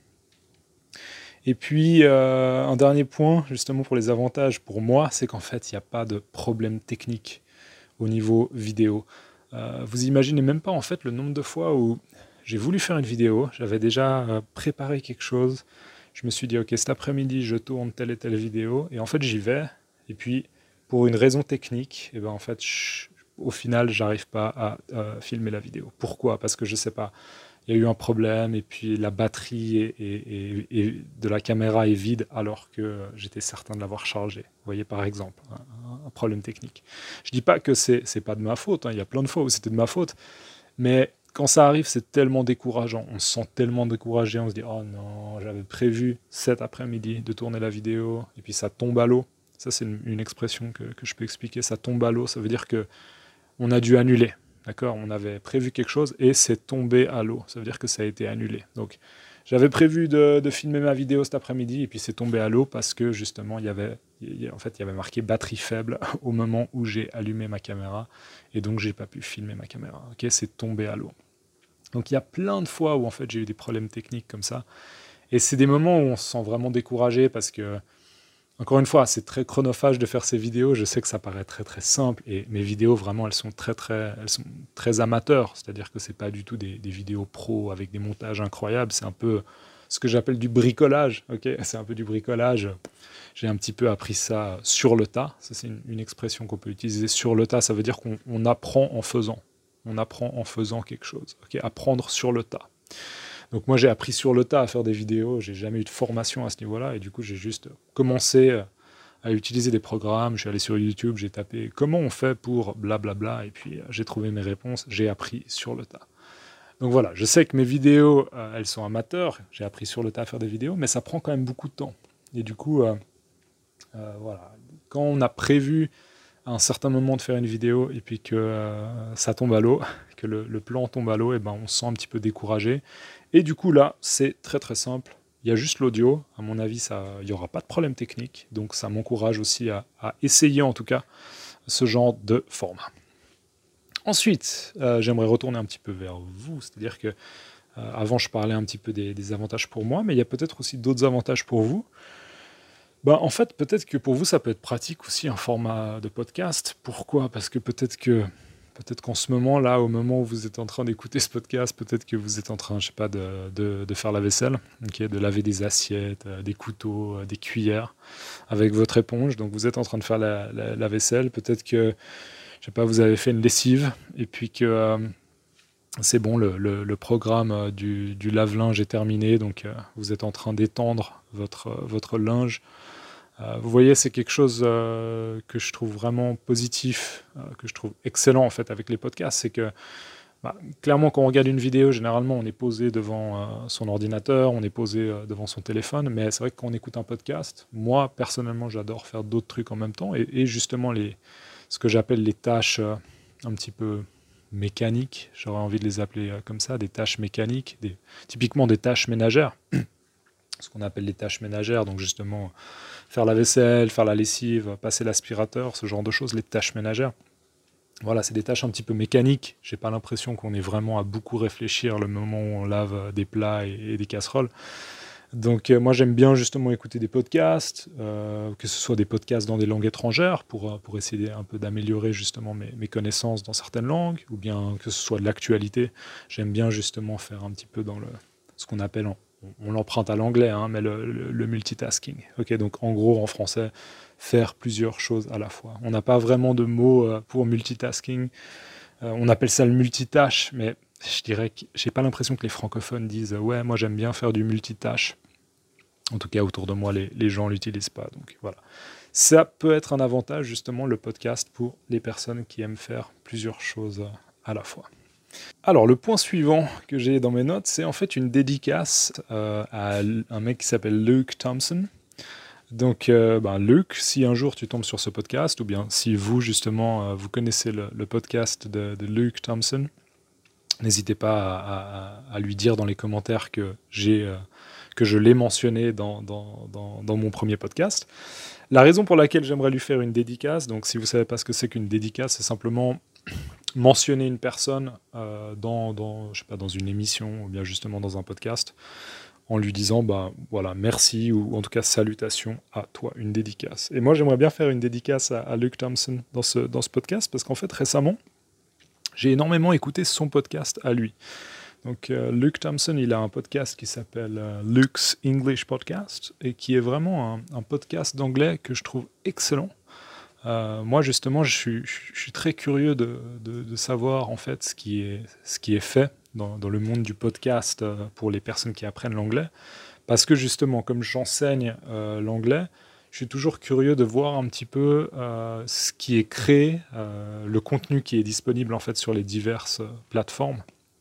Et puis euh, un dernier point, justement pour les avantages pour moi, c'est qu'en fait il n'y a pas de problème technique au niveau vidéo. Euh, vous imaginez même pas en fait le nombre de fois où j'ai voulu faire une vidéo, j'avais déjà euh, préparé quelque chose, je me suis dit ok cet après-midi je tourne telle et telle vidéo, et en fait j'y vais, et puis pour une raison technique, et ben en fait je, au final j'arrive pas à euh, filmer la vidéo. Pourquoi ? Parce que je sais pas, il y a eu un problème, et puis la batterie est, est, est, est, de la caméra est vide alors que j'étais certain de l'avoir chargée. Vous voyez par exemple, un, un problème technique. Je dis pas que c'est, c'est pas de ma faute, hein. Il y a plein de fois où c'était de ma faute, mais quand ça arrive, c'est tellement décourageant. On se sent tellement découragé, on se dit « Oh non, j'avais prévu cet après-midi de tourner la vidéo, et puis ça tombe à l'eau. » Ça, c'est une, une expression que, que je peux expliquer. Ça tombe à l'eau, ça veut dire qu'on a dû annuler. D'accord ? On avait prévu quelque chose et c'est tombé à l'eau. Ça veut dire que ça a été annulé. Donc, j'avais prévu de, de filmer ma vidéo cet après-midi, et puis c'est tombé à l'eau parce que justement, il y avait, il, en fait, il y avait marqué batterie faible au moment où j'ai allumé ma caméra, et donc j'ai pas pu filmer ma caméra. Ok ? C'est tombé à l'eau. Donc il y a plein de fois où en fait j'ai eu des problèmes techniques comme ça, et c'est des moments où on se sent vraiment découragé parce que, encore une fois, c'est très chronophage de faire ces vidéos. Je sais que ça paraît très très simple, et mes vidéos vraiment elles sont très très elles sont très amateurs, c'est-à-dire que c'est pas du tout des, des vidéos pro avec des montages incroyables. C'est un peu ce que j'appelle du bricolage. Ok, c'est un peu du bricolage. J'ai un petit peu appris ça sur le tas. Ça c'est une, une expression qu'on peut utiliser, sur le tas. Ça veut dire qu'on on apprend en faisant. On apprend en faisant quelque chose. Okay, apprendre sur le tas. Donc moi j'ai appris sur le tas à faire des vidéos, j'ai jamais eu de formation à ce niveau-là, et du coup j'ai juste commencé à utiliser des programmes, je suis allé sur YouTube, j'ai tapé comment on fait pour blablabla, et puis j'ai trouvé mes réponses, j'ai appris sur le tas. Donc voilà, je sais que mes vidéos, euh, elles sont amateurs, j'ai appris sur le tas à faire des vidéos, mais ça prend quand même beaucoup de temps. Et du coup, euh, euh, voilà, quand on a prévu à un certain moment de faire une vidéo et puis que euh, ça tombe à l'eau, que le, le plan tombe à l'eau, et ben on se sent un petit peu découragé. Et du coup là, c'est très très simple. Il y a juste l'audio. À mon avis, ça, il n'y aura pas de problème technique. Donc ça m'encourage aussi à, à essayer en tout cas ce genre de format. Ensuite, euh, j'aimerais retourner un petit peu vers vous. C'est-à-dire que euh, avant, je parlais un petit peu des, des avantages pour moi, mais il y a peut-être aussi d'autres avantages pour vous. Bah, en fait, peut-être que pour vous, ça peut être pratique aussi un format de podcast. Pourquoi ? Parce que peut-être que Peut-être qu'en ce moment, là, au moment où vous êtes en train d'écouter ce podcast, peut-être que vous êtes en train, je sais pas, de, de, de faire la vaisselle, okay, de laver des assiettes, euh, des couteaux, euh, des cuillères avec votre éponge. Donc vous êtes en train de faire la, la, la vaisselle. Peut-être que, je sais pas, vous avez fait une lessive et puis que euh, c'est bon, le, le, le programme euh, du, du lave-linge est terminé. Donc euh, vous êtes en train d'étendre votre, euh, votre linge. Euh, vous voyez, c'est quelque chose euh, que je trouve vraiment positif, euh, que je trouve excellent en fait avec les podcasts, c'est que bah, clairement quand on regarde une vidéo, généralement on est posé devant euh, son ordinateur, on est posé euh, devant son téléphone, mais c'est vrai que quand on écoute un podcast, moi personnellement j'adore faire d'autres trucs en même temps, et, et justement les, ce que j'appelle les tâches euh, un petit peu mécaniques, j'aurais envie de les appeler euh, comme ça, des tâches mécaniques, des, typiquement des tâches ménagères, ce qu'on appelle les tâches ménagères, donc justement faire la vaisselle, faire la lessive, passer l'aspirateur, ce genre de choses, les tâches ménagères. Voilà, c'est des tâches un petit peu mécaniques. J'ai pas l'impression qu'on ait vraiment à beaucoup réfléchir le moment où on lave des plats et, et des casseroles. Donc euh, moi j'aime bien justement écouter des podcasts, euh, que ce soit des podcasts dans des langues étrangères pour, pour essayer un peu d'améliorer justement mes, mes connaissances dans certaines langues, ou bien que ce soit de l'actualité. J'aime bien justement faire un petit peu dans le, ce qu'on appelle en on l'emprunte à l'anglais, hein, mais le, le, le multitasking. Okay, donc en gros, en français, faire plusieurs choses à la fois. On n'a pas vraiment de mots euh, pour multitasking. Euh, on appelle ça le multitâche, mais je dirais que j'ai pas l'impression que les francophones disent euh, ouais, moi j'aime bien faire du multitâche. En tout cas, autour de moi, les, les gens l'utilisent pas. Donc voilà. Ça peut être un avantage, justement, le podcast pour les personnes qui aiment faire plusieurs choses à la fois. Alors, le point suivant que j'ai dans mes notes, c'est en fait une dédicace euh, à un mec qui s'appelle Luke Thompson. Donc, euh, ben, Luke, si un jour tu tombes sur ce podcast, ou bien si vous, justement, euh, vous connaissez le, le podcast de, de Luke Thompson, n'hésitez pas à, à, à lui dire dans les commentaires que, j'ai, euh, que je l'ai mentionné dans, dans, dans, dans mon premier podcast. La raison pour laquelle j'aimerais lui faire une dédicace, donc si vous ne savez pas ce que c'est qu'une dédicace, c'est simplement mentionner une personne euh, dans, dans, je sais pas, dans une émission ou bien justement dans un podcast en lui disant bah, voilà, merci ou en tout cas salutations à toi, une dédicace. Et moi j'aimerais bien faire une dédicace à, à Luke Thompson dans ce, dans ce podcast parce qu'en fait récemment j'ai énormément écouté son podcast à lui. Donc euh, Luke Thompson, il a un podcast qui s'appelle euh, Luke's English Podcast et qui est vraiment un, un podcast d'anglais que je trouve excellent. Euh, moi, justement, je suis, je suis très curieux de, de, de savoir en fait ce qui est, ce qui est fait dans, dans le monde du podcast euh, pour les personnes qui apprennent l'anglais. Parce que justement, comme j'enseigne euh, l'anglais, je suis toujours curieux de voir un petit peu euh, ce qui est créé, euh, le contenu qui est disponible en fait sur les diverses plateformes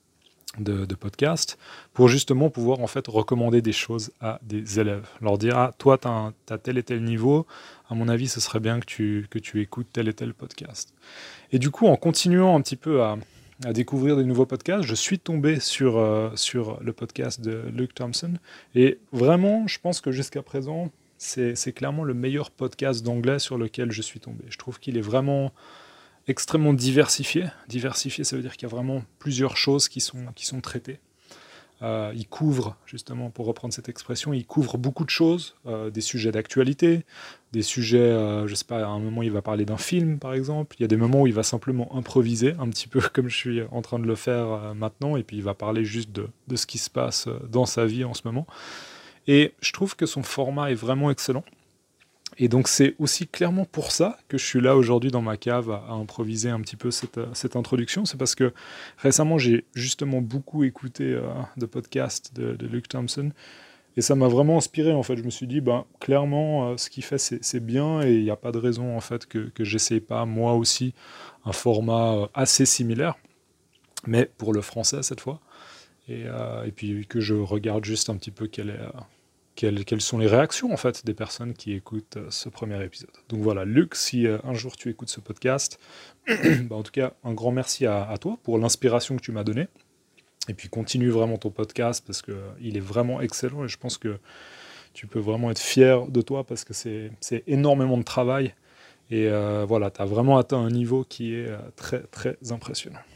de, de podcast, pour justement pouvoir en fait recommander des choses à des élèves. Leur dire, ah, toi, tu as tel et tel niveau, à mon avis, ce serait bien que tu, que tu écoutes tel et tel podcast. Et du coup, en continuant un petit peu à, à découvrir des nouveaux podcasts, je suis tombé sur, euh, sur le podcast de Luke Thompson. Et vraiment, je pense que jusqu'à présent, c'est, c'est clairement le meilleur podcast d'anglais sur lequel je suis tombé. Je trouve qu'il est vraiment extrêmement diversifié. Diversifié, ça veut dire qu'il y a vraiment plusieurs choses qui sont, qui sont traitées. Euh, il couvre, justement, pour reprendre cette expression, il couvre beaucoup de choses, euh, des sujets d'actualité, des sujets, euh, je sais pas, à un moment il va parler d'un film, par exemple, il y a des moments où il va simplement improviser, un petit peu comme je suis en train de le faire euh, maintenant, et puis il va parler juste de, de ce qui se passe dans sa vie en ce moment. Et je trouve que son format est vraiment excellent. Et donc c'est aussi clairement pour ça que je suis là aujourd'hui dans ma cave à, à improviser un petit peu cette, cette introduction. C'est parce que récemment j'ai justement beaucoup écouté euh, de podcasts de, de Luke Thompson et ça m'a vraiment inspiré en fait. Je me suis dit ben, clairement euh, ce qu'il fait c'est, c'est bien et il n'y a pas de raison en fait que, que j'essaye pas moi aussi un format euh, assez similaire, mais pour le français cette fois. Et, euh, et puis que je regarde juste un petit peu quel est... Euh, Quelles, quelles sont les réactions en fait des personnes qui écoutent euh, ce premier épisode. Donc voilà, Luc, si euh, un jour tu écoutes ce podcast, bah, en tout cas un grand merci à, à toi pour l'inspiration que tu m'as donnée. Et puis continue vraiment ton podcast parce que euh, il est vraiment excellent et je pense que tu peux vraiment être fier de toi parce que c'est, c'est énormément de travail et euh, voilà, tu as vraiment atteint un niveau qui est euh, très très impressionnant.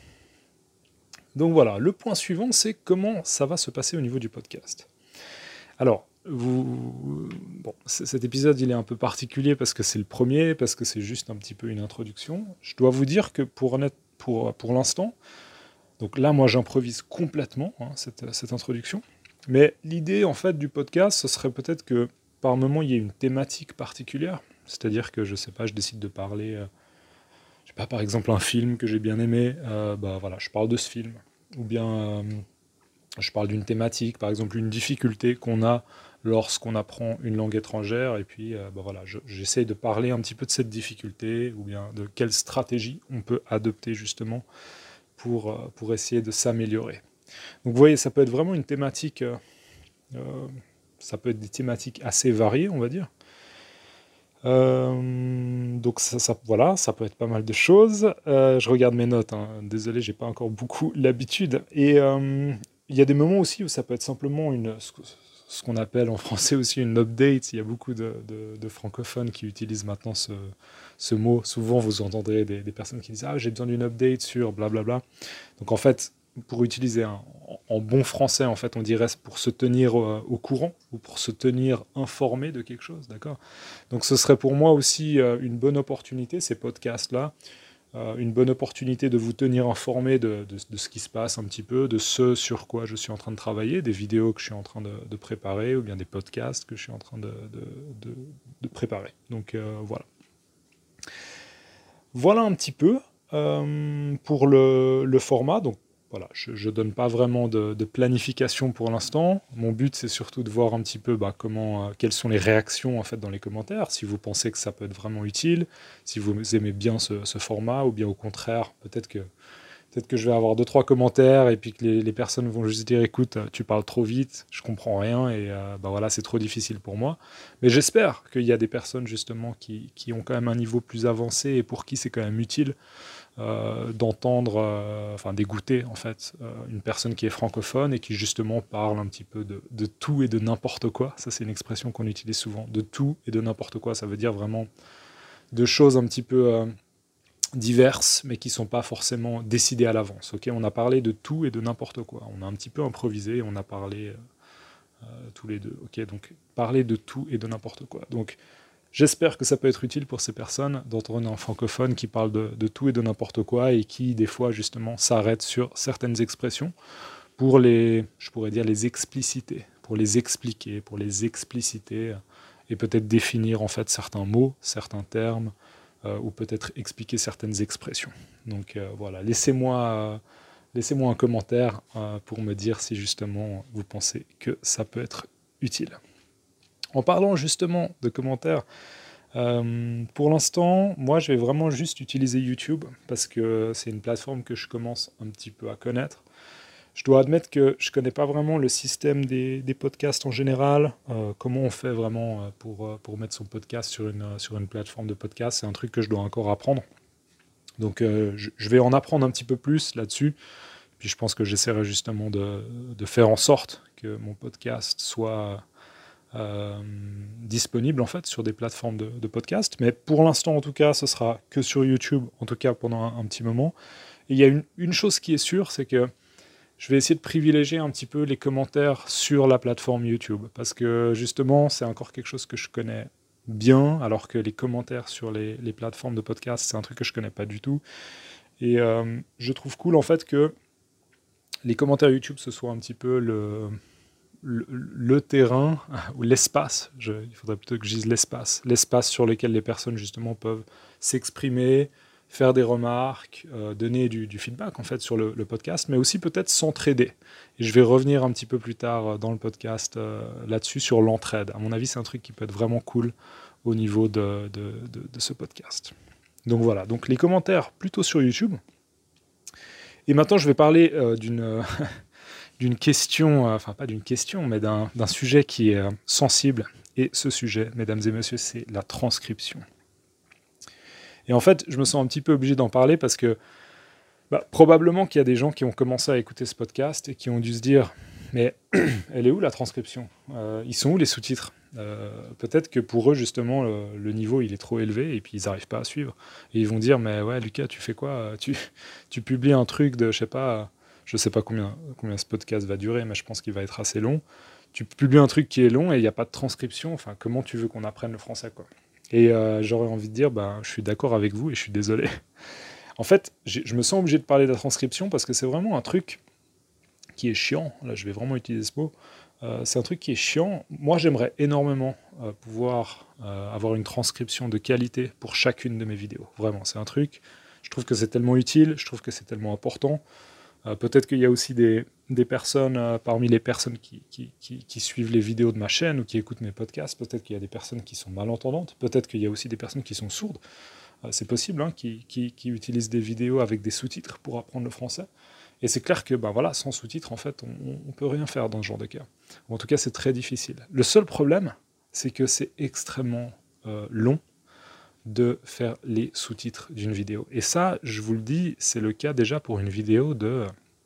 Donc voilà, le point suivant, c'est comment ça va se passer au niveau du podcast. Alors, Vous... Bon, cet épisode il est un peu particulier parce que c'est le premier, parce que c'est juste un petit peu une introduction. Je dois vous dire que pour, honnête... pour, pour l'instant. Donc là, moi, j'improvise complètement hein, cette, cette introduction. Mais l'idée, en fait, du podcast, ce serait peut-être que par moment, il y ait une thématique particulière. C'est-à-dire que, je sais pas, je décide de parler, euh, je sais pas, par exemple, un film que j'ai bien aimé, euh, bah voilà, je parle de ce film. Ou bien, euh, je parle d'une thématique, par exemple, une difficulté qu'on a lorsqu'on apprend une langue étrangère, et puis euh, bah voilà, je, j'essaye de parler un petit peu de cette difficulté, ou bien de quelle stratégie on peut adopter justement pour, euh, pour essayer de s'améliorer. Donc vous voyez, ça peut être vraiment une thématique, euh, euh, ça peut être des thématiques assez variées, on va dire. Euh, donc ça, ça, voilà, ça peut être pas mal de choses. Euh, je regarde mes notes, hein. Désolé, j'ai pas encore beaucoup l'habitude. Et euh, il y a des moments aussi où ça peut être simplement une, ce, ce qu'on appelle en français aussi une update. Il y a beaucoup de, de, de francophones qui utilisent maintenant ce, ce mot. Souvent, vous entendrez des, des personnes qui disent « Ah, j'ai besoin d'une update sur blablabla ». Donc en fait, pour utiliser un, en bon français, en fait, on dirait pour se tenir euh, au courant ou pour se tenir informé de quelque chose, d'accord ? Donc ce serait pour moi aussi euh, une bonne opportunité, ces podcasts-là, euh, une bonne opportunité de vous tenir informé de, de, de ce qui se passe un petit peu, de ce sur quoi je suis en train de travailler, des vidéos que je suis en train de, de préparer ou bien des podcasts que je suis en train de, de, de, de préparer. Donc euh, voilà. Voilà un petit peu euh, pour le, le format. Donc voilà, je ne donne pas vraiment de, de planification pour l'instant. Mon but, c'est surtout de voir un petit peu bah, comment, euh, quelles sont les réactions en fait, dans les commentaires, si vous pensez que ça peut être vraiment utile, si vous aimez bien ce, ce format, ou bien au contraire, peut-être que, peut-être que je vais avoir deux, trois commentaires, et puis que les, les personnes vont juste dire « Écoute, tu parles trop vite, je comprends rien, et euh, bah, voilà, c'est trop difficile pour moi ». Mais j'espère qu'il y a des personnes justement qui, qui ont quand même un niveau plus avancé, et pour qui c'est quand même utile Euh, d'entendre, euh, enfin d'écouter en fait, euh, une personne qui est francophone et qui justement parle un petit peu de, de tout et de n'importe quoi. Ça, c'est une expression qu'on utilise souvent, de tout et de n'importe quoi. Ça veut dire vraiment de choses un petit peu euh, diverses, mais qui ne sont pas forcément décidées à l'avance. Okay, on a parlé de tout et de n'importe quoi. On a un petit peu improvisé, on a parlé euh, tous les deux. Okay, donc parler de tout et de n'importe quoi. Donc j'espère que ça peut être utile pour ces personnes d'entendre un francophone qui parle de, de tout et de n'importe quoi et qui, des fois, justement, s'arrête sur certaines expressions pour les, je pourrais dire, les expliciter, pour les expliquer, pour les expliciter et peut-être définir, en fait, certains mots, certains termes euh, ou peut-être expliquer certaines expressions. Donc, euh, voilà, laissez-moi, euh, laissez-moi un commentaire euh, pour me dire si, justement, vous pensez que ça peut être utile. En parlant justement de commentaires, euh, pour l'instant, moi je vais vraiment juste utiliser YouTube parce que c'est une plateforme que je commence un petit peu à connaître. Je dois admettre que je ne connais pas vraiment le système des, des podcasts en général, euh, comment on fait vraiment pour, pour mettre son podcast sur une, sur une plateforme de podcast, c'est un truc que je dois encore apprendre. Donc euh, je, je vais en apprendre un petit peu plus là-dessus, puis je pense que j'essaierai justement de, de faire en sorte que mon podcast soit... Euh, disponible en fait sur des plateformes de, de podcast, mais pour l'instant en tout cas ce sera que sur YouTube, en tout cas pendant un, un petit moment. Et il y a une, une chose qui est sûre, c'est que je vais essayer de privilégier un petit peu les commentaires sur la plateforme YouTube, parce que justement c'est encore quelque chose que je connais bien, alors que les commentaires sur les, les plateformes de podcast c'est un truc que je connais pas du tout. Et euh, je trouve cool en fait que les commentaires YouTube ce soit un petit peu le Le, le terrain ou l'espace, je, il faudrait plutôt que je dise l'espace, l'espace sur lequel les personnes justement peuvent s'exprimer, faire des remarques, euh, donner du, du feedback en fait sur le, le podcast, mais aussi peut-être s'entraider. Et je vais revenir un petit peu plus tard dans le podcast euh, là-dessus sur l'entraide. À mon avis, c'est un truc qui peut être vraiment cool au niveau de, de, de, de ce podcast. Donc voilà, donc les commentaires plutôt sur YouTube. Et maintenant, je vais parler euh, d'une... d'une question, enfin pas d'une question, mais d'un, d'un sujet qui est sensible. Et ce sujet, mesdames et messieurs, c'est la transcription. Et en fait, je me sens un petit peu obligé d'en parler parce que bah, probablement qu'il y a des gens qui ont commencé à écouter ce podcast et qui ont dû se dire « Mais elle est où la transcription euh, Ils sont où les sous-titres euh, ?» Peut-être que pour eux, justement, le, le niveau il est trop élevé et puis ils n'arrivent pas à suivre. Et ils vont dire « Mais ouais, Lucas, tu fais quoi tu, tu publies un truc de, je sais pas... » Je ne sais pas combien, combien ce podcast va durer, mais je pense qu'il va être assez long. Tu publies un truc qui est long et il n'y a pas de transcription. Enfin, comment tu veux qu'on apprenne le français, quoi ? Et euh, j'aurais envie de dire, ben, je suis d'accord avec vous et je suis désolé. En fait, je me sens obligé de parler de la transcription parce que c'est vraiment un truc qui est chiant. Là, je vais vraiment utiliser ce mot. Euh, c'est un truc qui est chiant. Moi, j'aimerais énormément euh, pouvoir euh, avoir une transcription de qualité pour chacune de mes vidéos. Vraiment, c'est un truc, je trouve que c'est tellement utile, je trouve que c'est tellement important. Euh, peut-être qu'il y a aussi des, des personnes, euh, parmi les personnes qui, qui, qui, qui suivent les vidéos de ma chaîne ou qui écoutent mes podcasts, peut-être qu'il y a des personnes qui sont malentendantes, peut-être qu'il y a aussi des personnes qui sont sourdes. Euh, c'est possible, hein, qui, qui, qui utilisent des vidéos avec des sous-titres pour apprendre le français. Et c'est clair que ben voilà, sans sous-titres, en fait, on ne peut rien faire dans ce genre de cas. Ou en tout cas, c'est très difficile. Le seul problème, c'est que c'est extrêmement euh, long de faire les sous-titres d'une vidéo. Et ça, je vous le dis, c'est le cas déjà pour une vidéo de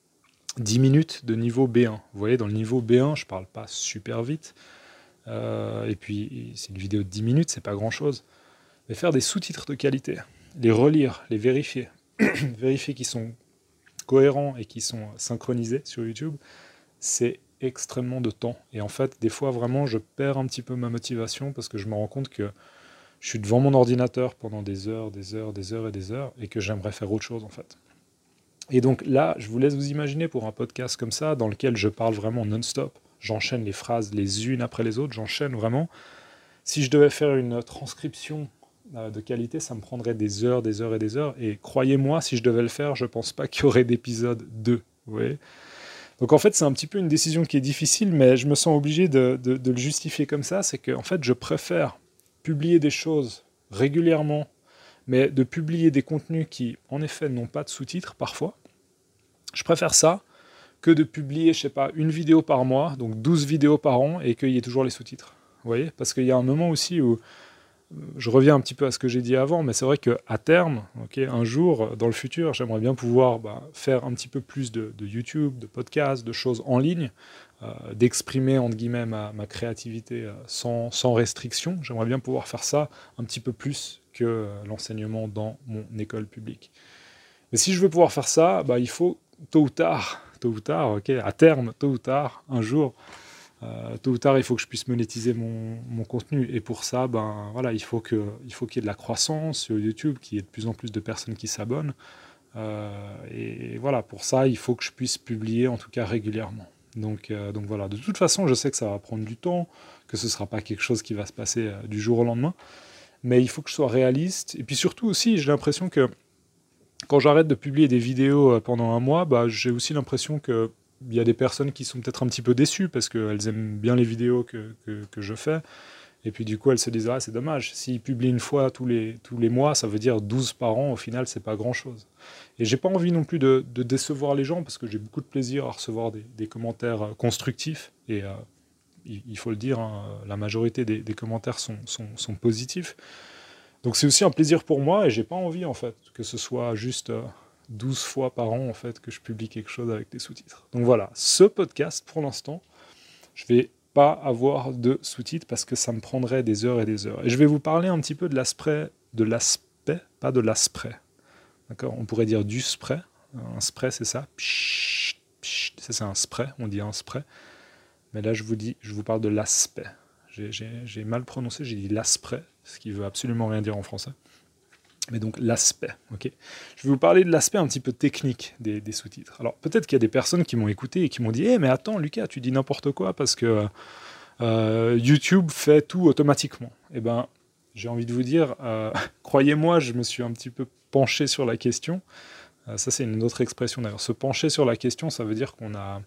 dix minutes de niveau B un. Vous voyez, dans le niveau B un, je ne parle pas super vite. Euh, et puis, c'est une vidéo de dix minutes, c'est pas grand-chose. Mais faire des sous-titres de qualité, les relire, les vérifier, vérifier qu'ils sont cohérents et qui sont synchronisés sur YouTube, c'est extrêmement de temps. Et en fait, des fois, vraiment, je perds un petit peu ma motivation parce que je me rends compte que je suis devant mon ordinateur pendant des heures, des heures, des heures et des heures et que j'aimerais faire autre chose, en fait. Et donc là, je vous laisse vous imaginer pour un podcast comme ça, dans lequel je parle vraiment non-stop, j'enchaîne les phrases les unes après les autres, j'enchaîne vraiment. Si je devais faire une transcription de qualité, ça me prendrait des heures, des heures et des heures. Et croyez-moi, si je devais le faire, je ne pense pas qu'il y aurait d'épisode deux. Vous voyez ? Donc en fait, c'est un petit peu une décision qui est difficile, mais je me sens obligé de, de, de le justifier comme ça. C'est que en fait, je préfère publier des choses régulièrement, mais de publier des contenus qui, en effet, n'ont pas de sous-titres parfois. Je préfère ça que de publier, je sais pas, une vidéo par mois, donc douze vidéos par an, et qu'il y ait toujours les sous-titres. Vous voyez ? Parce qu'il y a un moment aussi où je reviens un petit peu à ce que j'ai dit avant, mais c'est vrai qu'à terme, okay, un jour, dans le futur, j'aimerais bien pouvoir bah, faire un petit peu plus de, de YouTube, de podcasts, de choses en ligne, euh, d'exprimer, entre guillemets, ma, ma créativité euh, sans, sans restriction. J'aimerais bien pouvoir faire ça un petit peu plus que euh, l'enseignement dans mon école publique. Mais si je veux pouvoir faire ça, bah, il faut tôt ou tard, tôt ou tard, okay, à terme, tôt ou tard, un jour, Euh, tôt ou tard, il faut que je puisse monétiser mon, mon contenu. Et pour ça, ben, voilà, il faut que, il faut qu'il y ait de la croissance sur YouTube, qu'il y ait de plus en plus de personnes qui s'abonnent. Euh, et, et voilà, pour ça, il faut que je puisse publier, en tout cas régulièrement. Donc, euh, donc voilà, de toute façon, je sais que ça va prendre du temps, que ce ne sera pas quelque chose qui va se passer euh, du jour au lendemain. Mais il faut que je sois réaliste. Et puis surtout aussi, j'ai l'impression que quand j'arrête de publier des vidéos pendant un mois, bah, j'ai aussi l'impression que il y a des personnes qui sont peut-être un petit peu déçues parce qu'elles aiment bien les vidéos que, que, que je fais. Et puis du coup, elles se disent « Ah, c'est dommage, s'ils publient une fois tous les, tous les mois, ça veut dire douze par an, au final, c'est pas grand-chose. » Et j'ai pas envie non plus de, de décevoir les gens parce que j'ai beaucoup de plaisir à recevoir des, des commentaires constructifs. Et euh, il, il faut le dire, hein, la majorité des, des commentaires sont, sont, sont positifs. Donc c'est aussi un plaisir pour moi et j'ai pas envie, en fait, que ce soit juste... Euh, douze fois par an en fait que je publie quelque chose avec des sous-titres. Donc voilà, ce podcast pour l'instant, je vais pas avoir de sous-titres parce que ça me prendrait des heures et des heures. Et je vais vous parler un petit peu de l'aspect, de l'aspect, pas de l'aspect. D'accord ? On pourrait dire du spray. Un spray, c'est ça. Pshhh, pshhh, ça c'est un spray, on dit un spray. Mais là je vous dis, je vous parle de l'aspect. J'ai, j'ai, j'ai mal prononcé, j'ai dit l'aspect, ce qui veut absolument rien dire en français. Mais donc l'aspect, ok. Je vais vous parler de l'aspect un petit peu technique des, des sous-titres. Alors peut-être qu'il y a des personnes qui m'ont écouté et qui m'ont dit hey, « mais attends Lucas, tu dis n'importe quoi parce que euh, YouTube fait tout automatiquement. » Eh bien, j'ai envie de vous dire, euh, croyez-moi, je me suis un petit peu penché sur la question. Euh, ça c'est une autre expression d'ailleurs. Se pencher sur la question, ça veut dire qu'on a...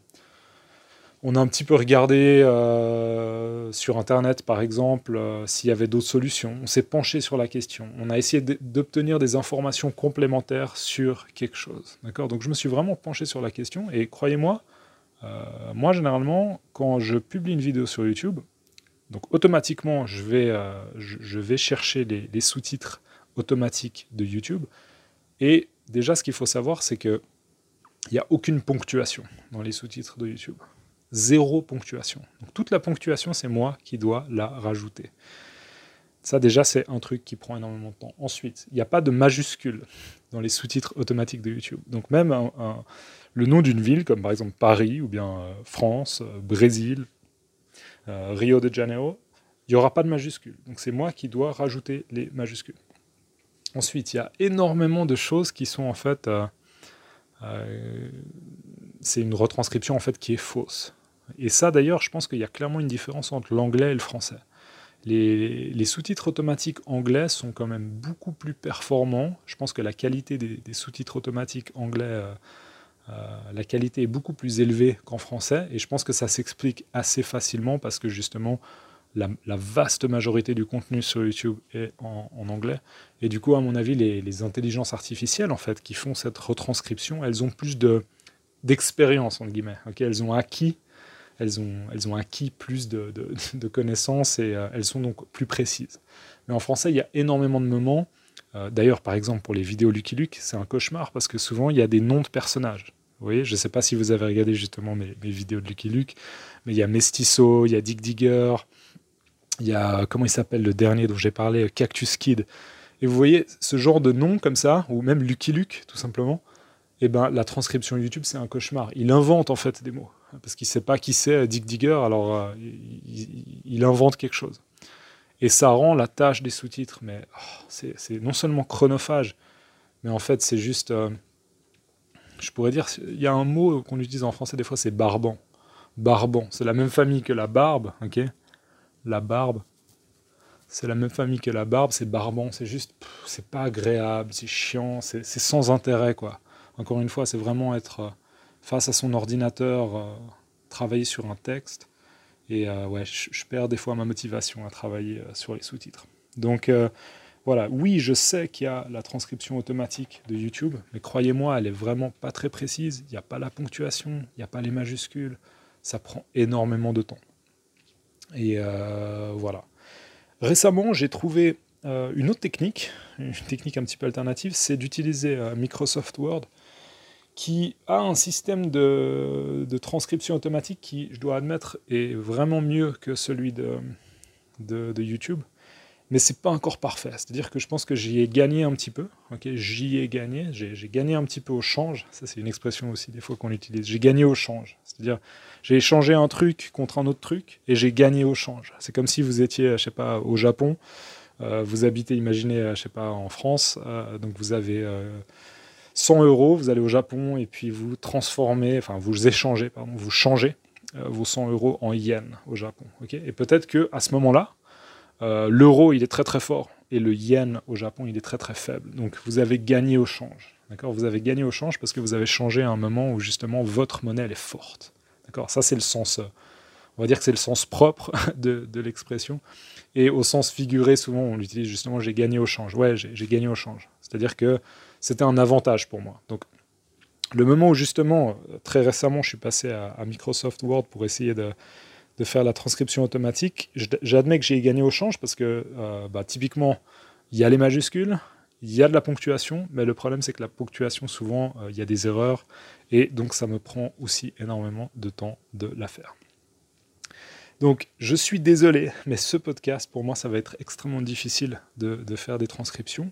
On a un petit peu regardé euh, sur Internet, par exemple, euh, s'il y avait d'autres solutions. On s'est penché sur la question. On a essayé d'obtenir des informations complémentaires sur quelque chose. D'accord ? Donc, je me suis vraiment penché sur la question. Et croyez-moi, euh, moi, généralement, quand je publie une vidéo sur YouTube, donc automatiquement, je vais, euh, je, je vais chercher les, les sous-titres automatiques de YouTube. Et déjà, ce qu'il faut savoir, c'est qu'il n'y a aucune ponctuation dans les sous-titres de YouTube. Zéro ponctuation. Donc toute la ponctuation, c'est moi qui dois la rajouter. Ça, déjà, c'est un truc qui prend énormément de temps. Ensuite, il n'y a pas de majuscule dans les sous-titres automatiques de YouTube. Donc même un, un, le nom d'une ville, comme par exemple Paris, ou bien euh, France, euh, Brésil, euh, Rio de Janeiro, il n'y aura pas de majuscule. Donc c'est moi qui dois rajouter les majuscules. Ensuite, il y a énormément de choses qui sont en fait... Euh, euh, c'est une retranscription en fait qui est fausse. Et ça d'ailleurs, je pense qu'il y a clairement une différence entre l'anglais et le français. Les, les sous-titres automatiques anglais sont quand même beaucoup plus performants. Je pense que la qualité des, des sous-titres automatiques anglais, euh, euh, la qualité est beaucoup plus élevée qu'en français. Et je pense que ça s'explique assez facilement parce que justement, la, la vaste majorité du contenu sur YouTube est en, en anglais. Et du coup, à mon avis, les, les intelligences artificielles en fait, qui font cette retranscription, elles ont plus de, d'expérience, entre guillemets. Okay, elles ont acquis Elles ont, elles ont acquis plus de, de, de connaissances et euh, elles sont donc plus précises. Mais en français, il y a énormément de moments. Euh, d'ailleurs, par exemple, pour les vidéos Lucky Luke, c'est un cauchemar parce que souvent, il y a des noms de personnages. Vous voyez, je ne sais pas si vous avez regardé justement mes, mes vidéos de Lucky Luke, mais il y a Mestizo, il y a Dig Digger, il y a, comment il s'appelle le dernier dont j'ai parlé, Cactus Kid. Et vous voyez, ce genre de nom comme ça, ou même Lucky Luke, tout simplement, eh ben, la transcription YouTube, c'est un cauchemar. Il invente en fait des mots. Parce qu'il ne sait pas qui c'est Dig Digger, alors euh, il, il invente quelque chose. Et ça rend la tâche des sous-titres, mais oh, c'est, c'est non seulement chronophage, mais en fait c'est juste, euh, je pourrais dire, il y a un mot qu'on utilise en français des fois, c'est barbant. Barbant, c'est la même famille que la barbe, ok ? La barbe, c'est la même famille que la barbe, c'est barbant, c'est juste, pff, c'est pas agréable, c'est chiant, c'est, c'est sans intérêt, quoi. Encore une fois, c'est vraiment être... Euh, face à son ordinateur, euh, travailler sur un texte. Et euh, ouais, je, je perds des fois ma motivation à travailler euh, sur les sous-titres. Donc euh, voilà, oui, je sais qu'il y a la transcription automatique de YouTube, mais croyez-moi, elle est vraiment pas très précise. Il n'y a pas la ponctuation, il n'y a pas les majuscules. Ça prend énormément de temps. Et euh, voilà. Récemment, j'ai trouvé euh, une autre technique, une technique un petit peu alternative, c'est d'utiliser euh, Microsoft Word, qui a un système de, de transcription automatique qui, je dois admettre, est vraiment mieux que celui de, de, de YouTube. Mais c'est pas encore parfait. C'est-à-dire que je pense que j'y ai gagné un petit peu. Okay, j'y ai gagné. J'ai, j'ai gagné un petit peu au change. Ça, c'est une expression aussi des fois qu'on utilise. J'ai gagné au change. C'est-à-dire, j'ai échangé un truc contre un autre truc et j'ai gagné au change. C'est comme si vous étiez, je sais pas, au Japon. Euh, vous habitez, imaginez, je sais pas, en France. Euh, donc vous avez... Euh, cent euros, vous allez au Japon et puis vous transformez, enfin vous échangez, pardon, vous changez euh, vos cent euros en yens au Japon. Okay, et peut-être qu'à ce moment-là, euh, l'euro il est très très fort et le yen au Japon il est très très faible. Donc vous avez gagné au change. D'accord, vous avez gagné au change parce que vous avez changé à un moment où justement votre monnaie elle est forte. D'accord, ça c'est le sens, euh, on va dire que c'est le sens propre de, de l'expression. Et au sens figuré, souvent on l'utilise justement j'ai gagné au change. Ouais, j'ai, j'ai gagné au change. C'est-à-dire que c'était un avantage pour moi. Donc, le moment où justement, très récemment, je suis passé à, à Microsoft Word pour essayer de, de faire la transcription automatique, j'admets que j'ai gagné au change parce que, euh, bah, typiquement, il y a les majuscules, il y a de la ponctuation, mais le problème, c'est que la ponctuation, souvent, euh, il y a des erreurs, et donc ça me prend aussi énormément de temps de la faire. Donc, je suis désolé, mais ce podcast, pour moi, ça va être extrêmement difficile de, de faire des transcriptions.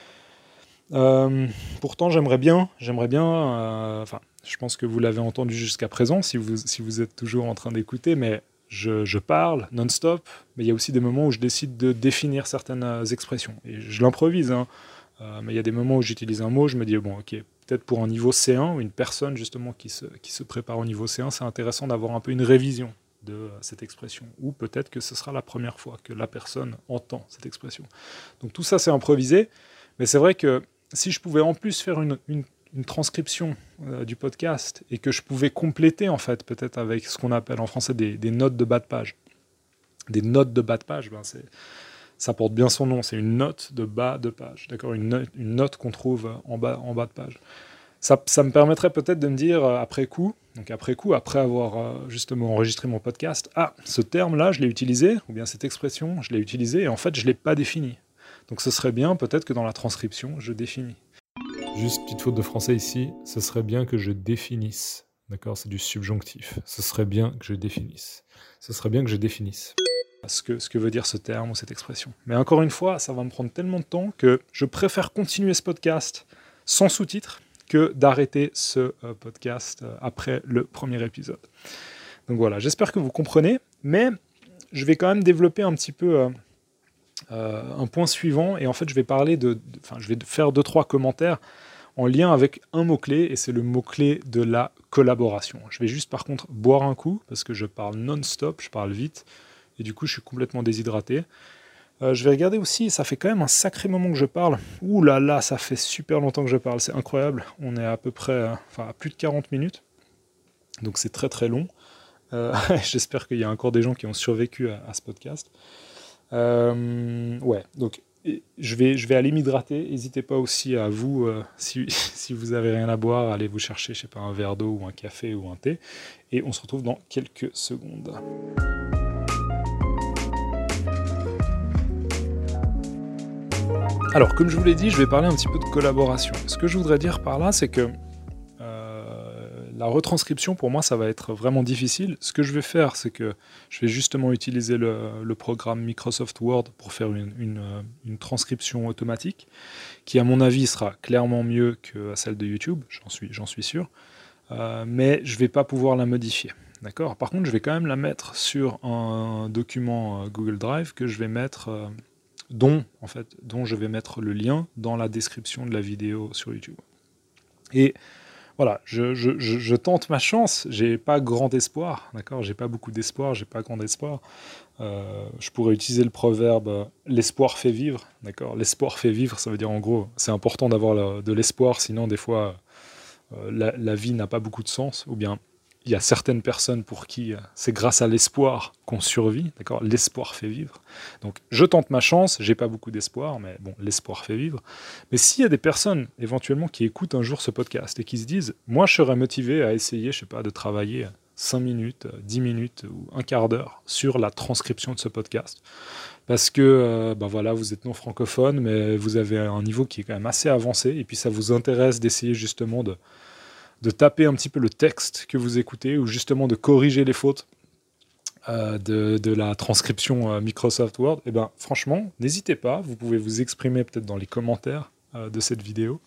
Euh, pourtant, j'aimerais bien, j'aimerais bien, euh, enfin, je pense que vous l'avez entendu jusqu'à présent, si vous, si vous êtes toujours en train d'écouter, mais je, je parle non-stop, mais il y a aussi des moments où je décide de définir certaines expressions. Et je l'improvise, hein, euh, mais il y a des moments où j'utilise un mot, je me dis, bon, ok, peut-être pour un niveau C un, ou une personne justement qui se, qui se prépare au niveau C un, c'est intéressant d'avoir un peu une révision de euh, cette expression, ou peut-être que ce sera la première fois que la personne entend cette expression. Donc tout ça, c'est improvisé, mais c'est vrai que si je pouvais en plus faire une, une, une transcription euh, du podcast et que je pouvais compléter en fait peut-être avec ce qu'on appelle en français des, des notes de bas de page. Des notes de bas de page, ben c'est, ça porte bien son nom, c'est une note de bas de page, d'accord, une, no- une note qu'on trouve en bas, en bas de page. Ça, ça me permettrait peut-être de me dire euh, après coup, donc après coup, après avoir euh, justement enregistré mon podcast, ah, ce terme-là, je l'ai utilisé, ou bien cette expression, je l'ai utilisée et en fait, je ne l'ai pas définie. Donc ce serait bien peut-être que dans la transcription, je définis. Juste petite faute de français ici, ce serait bien que je définisse. D'accord, c'est du subjonctif. Ce serait bien que je définisse. Ce serait bien que je définisse ce que, ce que veut dire ce terme ou cette expression. Mais encore une fois, ça va me prendre tellement de temps que je préfère continuer ce podcast sans sous-titres que d'arrêter ce euh, podcast euh, après le premier épisode. Donc voilà, j'espère que vous comprenez, mais je vais quand même développer un petit peu... Euh, Euh, un point suivant, et en fait je vais parler de, enfin je vais faire deux trois commentaires en lien avec un mot-clé, et c'est le mot-clé de la collaboration. Je vais juste par contre boire un coup, parce que je parle non-stop, je parle vite, et du coup je suis complètement déshydraté. Euh, je vais regarder aussi, ça fait quand même un sacré moment que je parle. Ouh là là, ça fait super longtemps que je parle, c'est incroyable. On est à peu près, euh, enfin à plus de quarante minutes, donc c'est très très long. Euh, j'espère qu'il y a encore des gens qui ont survécu à, à ce podcast. Euh, ouais, donc je vais, je vais aller m'hydrater. N'hésitez pas aussi à vous, euh, si, si vous avez rien à boire, allez vous chercher, je sais pas, un verre d'eau ou un café ou un thé. Et on se retrouve dans quelques secondes. Alors, comme je vous l'ai dit, je vais parler un petit peu de collaboration. Ce que je voudrais dire par là, c'est que la retranscription, pour moi, ça va être vraiment difficile. Ce que je vais faire, c'est que je vais justement utiliser le, le programme Microsoft Word pour faire une, une, une transcription automatique, qui, à mon avis, sera clairement mieux que celle de YouTube, j'en suis, j'en suis sûr, euh, mais je ne vais pas pouvoir la modifier. D'accord ? Par contre, je vais quand même la mettre sur un document Google Drive que je vais mettre, euh, dont, en fait, dont je vais mettre le lien dans la description de la vidéo sur YouTube. Et voilà, je, je, je, je tente ma chance, j'ai pas grand espoir, d'accord, j'ai pas beaucoup d'espoir, j'ai pas grand espoir. Euh, je pourrais utiliser le proverbe euh, « l'espoir fait vivre », d'accord, l'espoir fait vivre, ça veut dire en gros, c'est important d'avoir le, de l'espoir, sinon des fois, euh, la, la vie n'a pas beaucoup de sens, ou bien il y a certaines personnes pour qui euh, c'est grâce à l'espoir qu'on survit, d'accord, l'espoir fait vivre. Donc je tente ma chance, j'ai pas beaucoup d'espoir, mais bon, l'espoir fait vivre. Mais s'il y a des personnes éventuellement qui écoutent un jour ce podcast et qui se disent « moi je serais motivé à essayer, je sais pas, de travailler cinq minutes, dix minutes ou un quart d'heure sur la transcription de ce podcast », parce que euh, ben voilà, vous êtes non francophone, mais vous avez un niveau qui est quand même assez avancé, et puis ça vous intéresse d'essayer justement de de taper un petit peu le texte que vous écoutez, ou justement de corriger les fautes euh, de, de la transcription euh, Microsoft Word, et ben franchement, n'hésitez pas, vous pouvez vous exprimer peut-être dans les commentaires euh, de cette vidéo,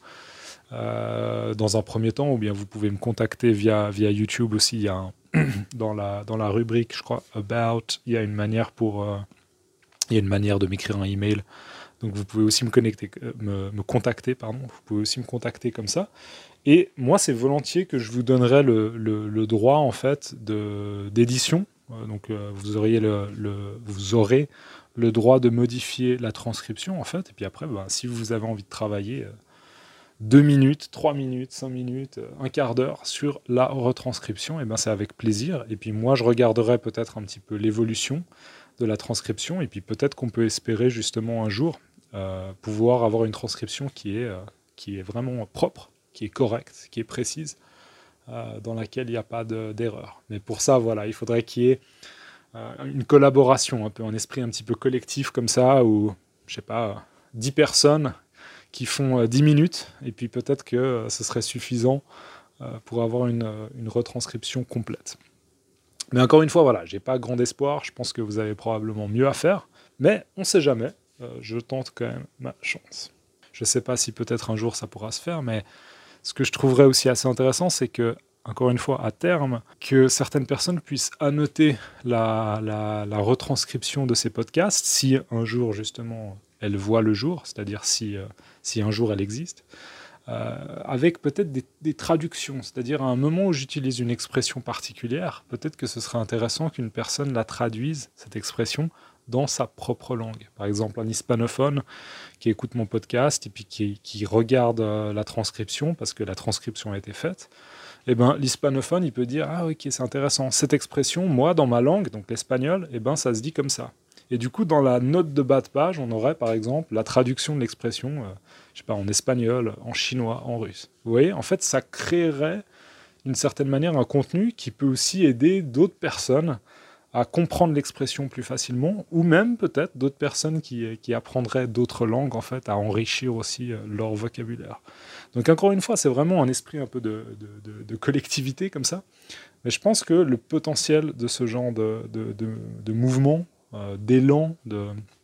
euh, dans un premier temps, ou bien vous pouvez me contacter via, via YouTube aussi, il y a un, dans, la, dans la rubrique, je crois, About, il y a une manière pour... Euh, il y a une manière de m'écrire un email. Donc vous pouvez aussi me, connecter, me, me contacter, pardon. Vous pouvez aussi me contacter comme ça. Et moi, c'est volontiers que je vous donnerai le, le, le droit en fait de, d'édition. Euh, donc euh, vous auriez le, le, vous aurez le droit de modifier la transcription en fait. Et puis après, ben, si vous avez envie de travailler euh, deux minutes, trois minutes, cinq minutes, euh, un quart d'heure sur la retranscription, et ben c'est avec plaisir. Et puis moi, je regarderai peut-être un petit peu l'évolution de la transcription. Et puis peut-être qu'on peut espérer justement un jour euh, pouvoir avoir une transcription qui est, euh, qui est vraiment propre, qui est correcte, qui est précise, euh, dans laquelle il n'y a pas de, d'erreur. Mais pour ça, voilà, il faudrait qu'il y ait euh, une collaboration, un peu un esprit un petit peu collectif comme ça, où, je sais pas, dix personnes qui font euh, dix minutes, et puis peut-être que euh, ce serait suffisant euh, pour avoir une, une retranscription complète. Mais encore une fois, voilà, j'ai pas grand espoir, je pense que vous avez probablement mieux à faire, mais on sait jamais, euh, je tente quand même ma chance. Je sais pas si peut-être un jour ça pourra se faire, mais ce que je trouverais aussi assez intéressant, c'est que, encore une fois, à terme, que certaines personnes puissent annoter la, la, la retranscription de ces podcasts, si un jour, justement, elle voit le jour, c'est-à-dire si, euh, si un jour elle existe, euh, avec peut-être des, des traductions, c'est-à-dire à un moment où j'utilise une expression particulière, peut-être que ce serait intéressant qu'une personne la traduise, cette expression, dans sa propre langue. Par exemple, un hispanophone qui écoute mon podcast et puis qui, qui regarde euh, la transcription, parce que la transcription a été faite, eh ben, l'hispanophone, il peut dire « Ah ok, c'est intéressant, cette expression, moi, dans ma langue, donc l'espagnol, eh ben, ça se dit comme ça. » Et du coup, dans la note de bas de page, on aurait, par exemple, la traduction de l'expression, euh, je sais pas, en espagnol, en chinois, en russe. Vous voyez, en fait, ça créerait, d'une certaine manière, un contenu qui peut aussi aider d'autres personnes à comprendre l'expression plus facilement, ou même peut-être d'autres personnes qui, qui apprendraient d'autres langues, en fait, à enrichir aussi leur vocabulaire. Donc encore une fois, c'est vraiment un esprit un peu de, de, de, de collectivité comme ça, mais je pense que le potentiel de ce genre de, de, de, de mouvement, euh, d'élan, de,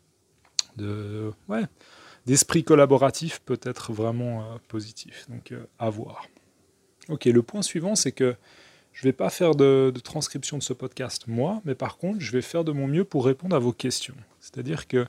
de, ouais, d'esprit collaboratif peut être vraiment euh, positif, donc euh, à voir. Ok, le point suivant, c'est que je ne vais pas faire de, de transcription de ce podcast, moi, mais par contre, je vais faire de mon mieux pour répondre à vos questions. C'est-à-dire que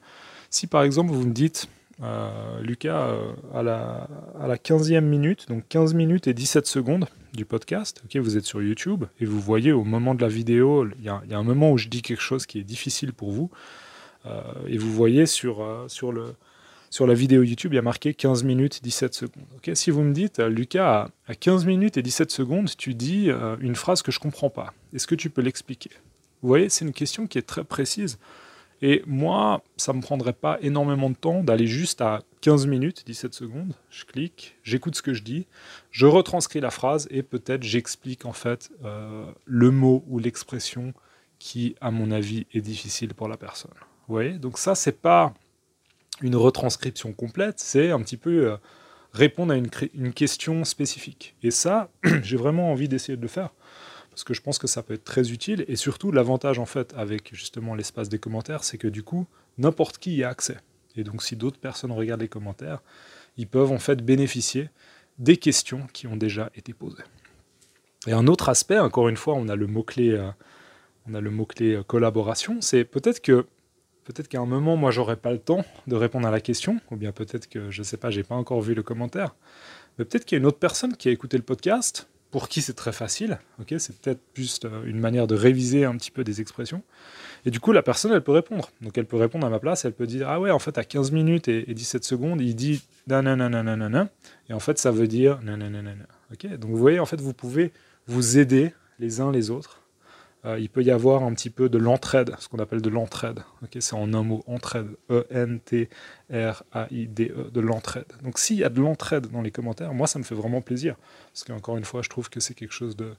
Si par exemple vous me dites, euh, Lucas, euh, à, la, à la quinzième minute, donc quinze minutes et dix-sept secondes du podcast, okay, vous êtes sur YouTube, et vous voyez au moment de la vidéo, il y, y a un moment où je dis quelque chose qui est difficile pour vous, euh, et vous voyez sur, euh, sur, le, sur la vidéo YouTube, il y a marqué quinze minutes dix-sept secondes. Okay, si vous me dites, euh, Lucas, à quinze minutes et dix-sept secondes, tu dis euh, une phrase que je ne comprends pas, est-ce que tu peux l'expliquer? Vous voyez, c'est une question qui est très précise. Et moi, ça ne me prendrait pas énormément de temps d'aller juste à quinze minutes, dix-sept secondes, je clique, j'écoute ce que je dis, je retranscris la phrase et peut-être j'explique en fait euh, le mot ou l'expression qui, à mon avis, est difficile pour la personne. Vous voyez ? Donc ça, c'est pas une retranscription complète, c'est un petit peu euh, répondre à une, une question spécifique. Et ça, j'ai vraiment envie d'essayer de le faire. Parce que je pense que ça peut être très utile, et surtout l'avantage en fait avec justement l'espace des commentaires, c'est que du coup, n'importe qui y a accès. Et donc si d'autres personnes regardent les commentaires, ils peuvent en fait bénéficier des questions qui ont déjà été posées. Et un autre aspect, encore une fois, on a le mot-clé, euh, on a le mot-clé euh, collaboration, c'est peut-être que peut-être qu'à un moment, moi, j'aurais pas le temps de répondre à la question, ou bien peut-être que, je sais pas, j'ai pas encore vu le commentaire, mais peut-être qu'il y a une autre personne qui a écouté le podcast, pour qui c'est très facile, okay, c'est peut-être juste une manière de réviser un petit peu des expressions, et du coup la personne elle peut répondre, donc elle peut répondre à ma place, elle peut dire ah ouais en fait à quinze minutes et dix-sept secondes il dit nananananana, et en fait ça veut dire nanananana, ok, donc vous voyez en fait vous pouvez vous aider les uns les autres. Euh, il peut y avoir un petit peu de l'entraide, ce qu'on appelle de l'entraide. Okay, c'est en un mot, entraide, E N T R A I D E, de l'entraide. Donc s'il y a de l'entraide dans les commentaires, moi ça me fait vraiment plaisir, parce qu'encore une fois, je trouve que c'est quelque chose de,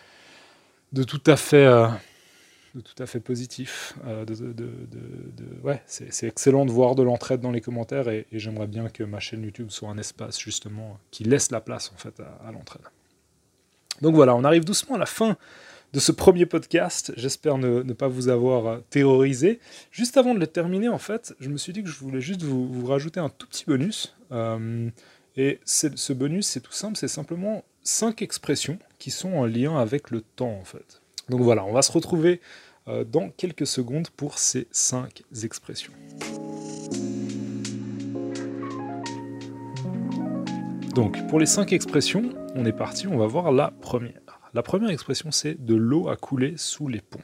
de, tout, à fait, euh, de tout à fait positif. Euh, de, de, de, de, ouais, c'est, c'est excellent de voir de l'entraide dans les commentaires, et, et j'aimerais bien que ma chaîne YouTube soit un espace justement qui laisse la place en fait à, à l'entraide. Donc voilà, on arrive doucement à la fin de ce premier podcast. J'espère ne, ne pas vous avoir terrorisé. Juste avant de le terminer, en fait, je me suis dit que je voulais juste vous, vous rajouter un tout petit bonus. Euh, et c'est, ce bonus, c'est tout simple, c'est simplement cinq expressions qui sont en lien avec le temps, en fait. Donc voilà, on va se retrouver euh, dans quelques secondes pour ces cinq expressions. Donc, pour les cinq expressions, on est parti, on va voir la première. La première expression, c'est « de l'eau a coulé sous les ponts ».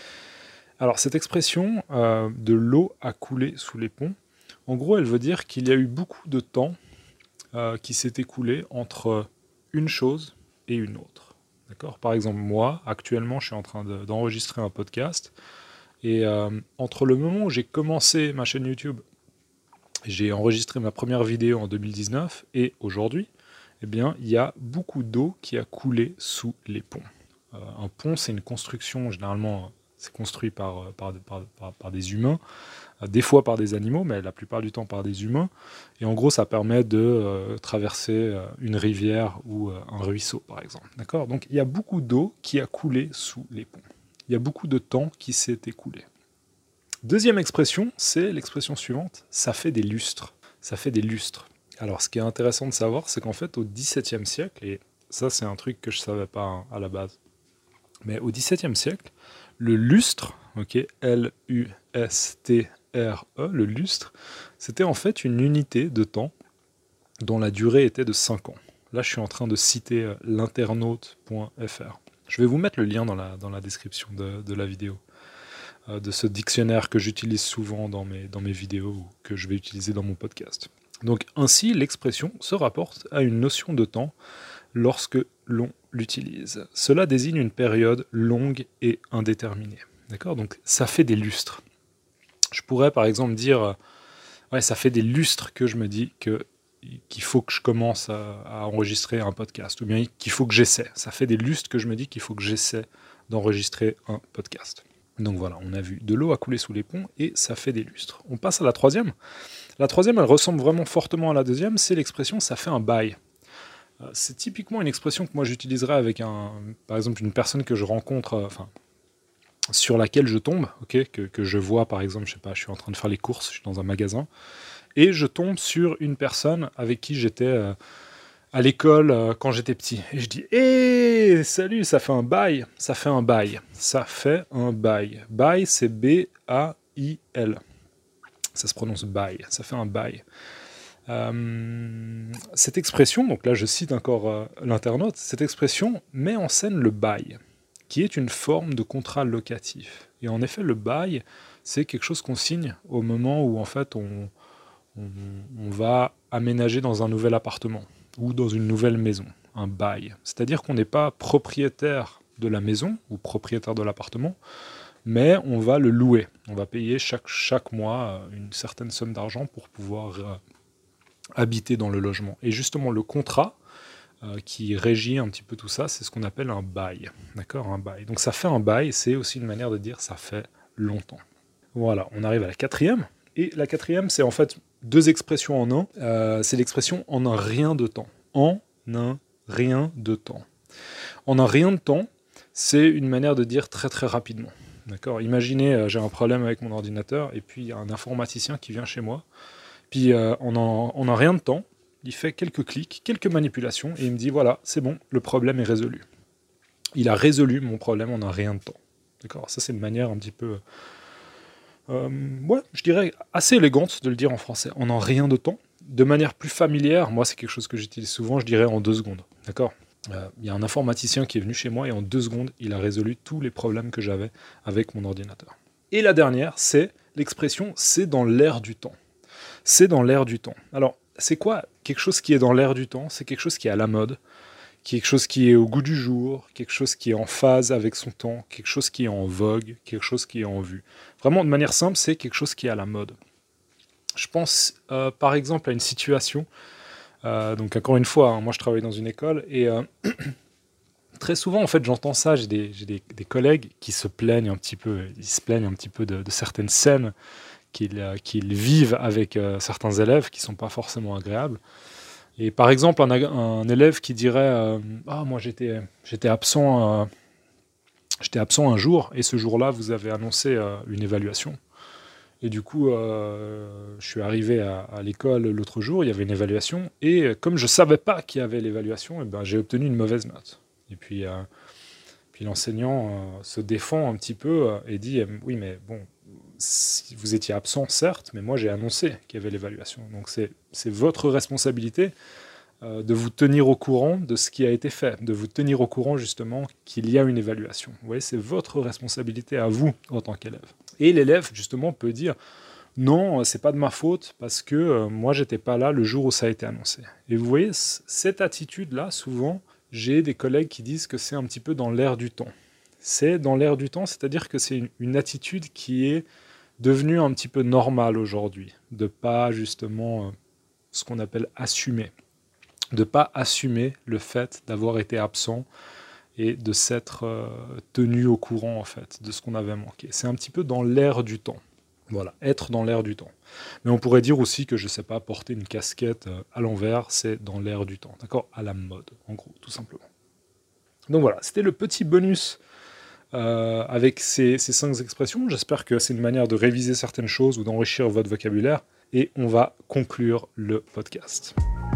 Alors, cette expression euh, « de l'eau a coulé sous les ponts », en gros, elle veut dire qu'il y a eu beaucoup de temps euh, qui s'est écoulé entre une chose et une autre. D'accord ? Par exemple, moi, actuellement, je suis en train de, d'enregistrer un podcast, et euh, entre le moment où j'ai commencé ma chaîne YouTube, j'ai enregistré ma première vidéo en deux mille dix-neuf, et aujourd'hui, eh bien, il y a beaucoup d'eau qui a coulé sous les ponts. Euh, un pont, c'est une construction, généralement, c'est construit par, par, par, par, par des humains, euh, des fois par des animaux, mais la plupart du temps par des humains. Et en gros, ça permet de euh, traverser euh, une rivière ou euh, un ruisseau, par exemple. D'accord ? Donc, il y a beaucoup d'eau qui a coulé sous les ponts. Il y a beaucoup de temps qui s'est écoulé. Deuxième expression, c'est l'expression suivante, ça fait des lustres. Ça fait des lustres. Alors, ce qui est intéressant de savoir, c'est qu'en fait, au dix-septième siècle, et ça, c'est un truc que je ne savais pas hein, à la base, mais au dix-septième siècle, le lustre, okay, L U S T R E, le lustre, c'était en fait une unité de temps dont la durée était de cinq ans. Là, je suis en train de citer euh, l'internaute point F R. Je vais vous mettre le lien dans la, dans la description de, de la vidéo, euh, de ce dictionnaire que j'utilise souvent dans mes, dans mes vidéos ou que je vais utiliser dans mon podcast. Donc ainsi, l'expression se rapporte à une notion de temps lorsque l'on l'utilise. Cela désigne une période longue et indéterminée. D'accord ? Donc ça fait des lustres. Je pourrais par exemple dire, euh, ouais, ça fait des lustres que je me dis que, qu'il faut que je commence à, à enregistrer un podcast, ou bien qu'il faut que j'essaie. Ça fait des lustres que je me dis qu'il faut que j'essaie d'enregistrer un podcast. Donc voilà, on a vu de l'eau a coulé sous les ponts et ça fait des lustres. On passe à la troisième. La troisième, elle ressemble vraiment fortement à la deuxième, c'est l'expression « ça fait un bail ». C'est typiquement une expression que moi j'utiliserais avec, un, par exemple, une personne que je rencontre, euh, enfin, sur laquelle je tombe, okay, que, que je vois, par exemple, je sais pas, je suis en train de faire les courses, je suis dans un magasin, et je tombe sur une personne avec qui j'étais euh, à l'école euh, quand j'étais petit. Et je dis « hé, hey, salut, ça fait un bail ». Ça fait un bail. Ça fait un bail. Bail, c'est B A I L. Ça se prononce bail, ça fait un bail. Euh, cette expression, donc là je cite encore euh, l'internaute, cette expression met en scène le bail, qui est une forme de contrat locatif. Et en effet, le bail, c'est quelque chose qu'on signe au moment où en fait on, on, on va aménager dans un nouvel appartement ou dans une nouvelle maison, un bail. C'est-à-dire qu'on n'est pas propriétaire de la maison ou propriétaire de l'appartement, mais on va le louer. On va payer chaque, chaque mois une certaine somme d'argent pour pouvoir euh, habiter dans le logement. Et justement, le contrat euh, qui régit un petit peu tout ça, c'est ce qu'on appelle un bail. D'accord, un bail. Donc ça fait un bail, c'est aussi une manière de dire ça fait longtemps. Voilà, on arrive à la quatrième. Et la quatrième, c'est en fait deux expressions en un. Euh, c'est l'expression en un rien de temps. En un rien de temps. En un rien de temps, c'est une manière de dire très très rapidement. D'accord ? Imaginez, euh, j'ai un problème avec mon ordinateur et puis il y a un informaticien qui vient chez moi. Puis euh, en, en, en un rien de temps, il fait quelques clics, quelques manipulations et il me dit voilà, c'est bon, le problème est résolu. Il a résolu mon problème en un rien de temps. D'accord ? Ça, c'est une manière un petit peu, euh, ouais, je dirais assez élégante de le dire en français, en un rien de temps. De manière plus familière, moi, c'est quelque chose que j'utilise souvent, je dirais en deux secondes. D'accord ? Euh, il y a un informaticien qui est venu chez moi et en deux secondes, il a résolu tous les problèmes que j'avais avec mon ordinateur. Et la dernière, c'est l'expression « c'est dans l'air du temps ». C'est dans l'air du temps. Alors, c'est quoi quelque chose qui est dans l'air du temps ? C'est quelque chose qui est à la mode, quelque chose qui est au goût du jour, quelque chose qui est en phase avec son temps, quelque chose qui est en vogue, quelque chose qui est en vue. Vraiment, de manière simple, c'est quelque chose qui est à la mode. Je pense, euh, par exemple, à une situation... Euh, donc encore une fois, hein, moi je travaille dans une école et euh, très souvent en fait j'entends ça, j'ai, des, j'ai des, des collègues qui se plaignent un petit peu, ils se plaignent un petit peu de, de certaines scènes qu'ils, euh, qu'ils vivent avec euh, certains élèves qui ne sont pas forcément agréables. Et par exemple un, un élève qui dirait euh, ah moi j'étais, j'étais absent, euh, j'étais absent un jour et ce jour-là vous avez annoncé euh, une évaluation. Et du coup, euh, je suis arrivé à, à l'école l'autre jour, il y avait une évaluation, et comme je ne savais pas qu'il y avait l'évaluation, eh ben, j'ai obtenu une mauvaise note. Et puis, euh, puis l'enseignant euh, se défend un petit peu euh, et dit « Oui, mais bon, si vous étiez absent, certes, mais moi j'ai annoncé qu'il y avait l'évaluation. Donc c'est, c'est votre responsabilité euh, de vous tenir au courant de ce qui a été fait, de vous tenir au courant justement qu'il y a une évaluation. Vous voyez, c'est votre responsabilité à vous en tant qu'élève. » Et l'élève, justement, peut dire « Non, c'est pas de ma faute, parce que euh, moi, j'étais pas là le jour où ça a été annoncé. » Et vous voyez, c- cette attitude-là, souvent, j'ai des collègues qui disent que c'est un petit peu dans l'air du temps. C'est dans l'air du temps, c'est-à-dire que c'est une, une attitude qui est devenue un petit peu normale aujourd'hui, de pas, justement, euh, ce qu'on appelle assumer. De pas assumer le fait d'avoir été absent et de s'être euh, tenu au courant en fait de ce qu'on avait manqué. C'est un petit peu dans l'air du temps. Voilà, être dans l'air du temps. Mais on pourrait dire aussi que je ne sais pas, porter une casquette euh, à l'envers, c'est dans l'air du temps. D'accord ? À la mode, en gros, tout simplement. Donc voilà, c'était le petit bonus euh, avec ces, ces cinq expressions. J'espère que c'est une manière de réviser certaines choses ou d'enrichir votre vocabulaire. Et on va conclure le podcast.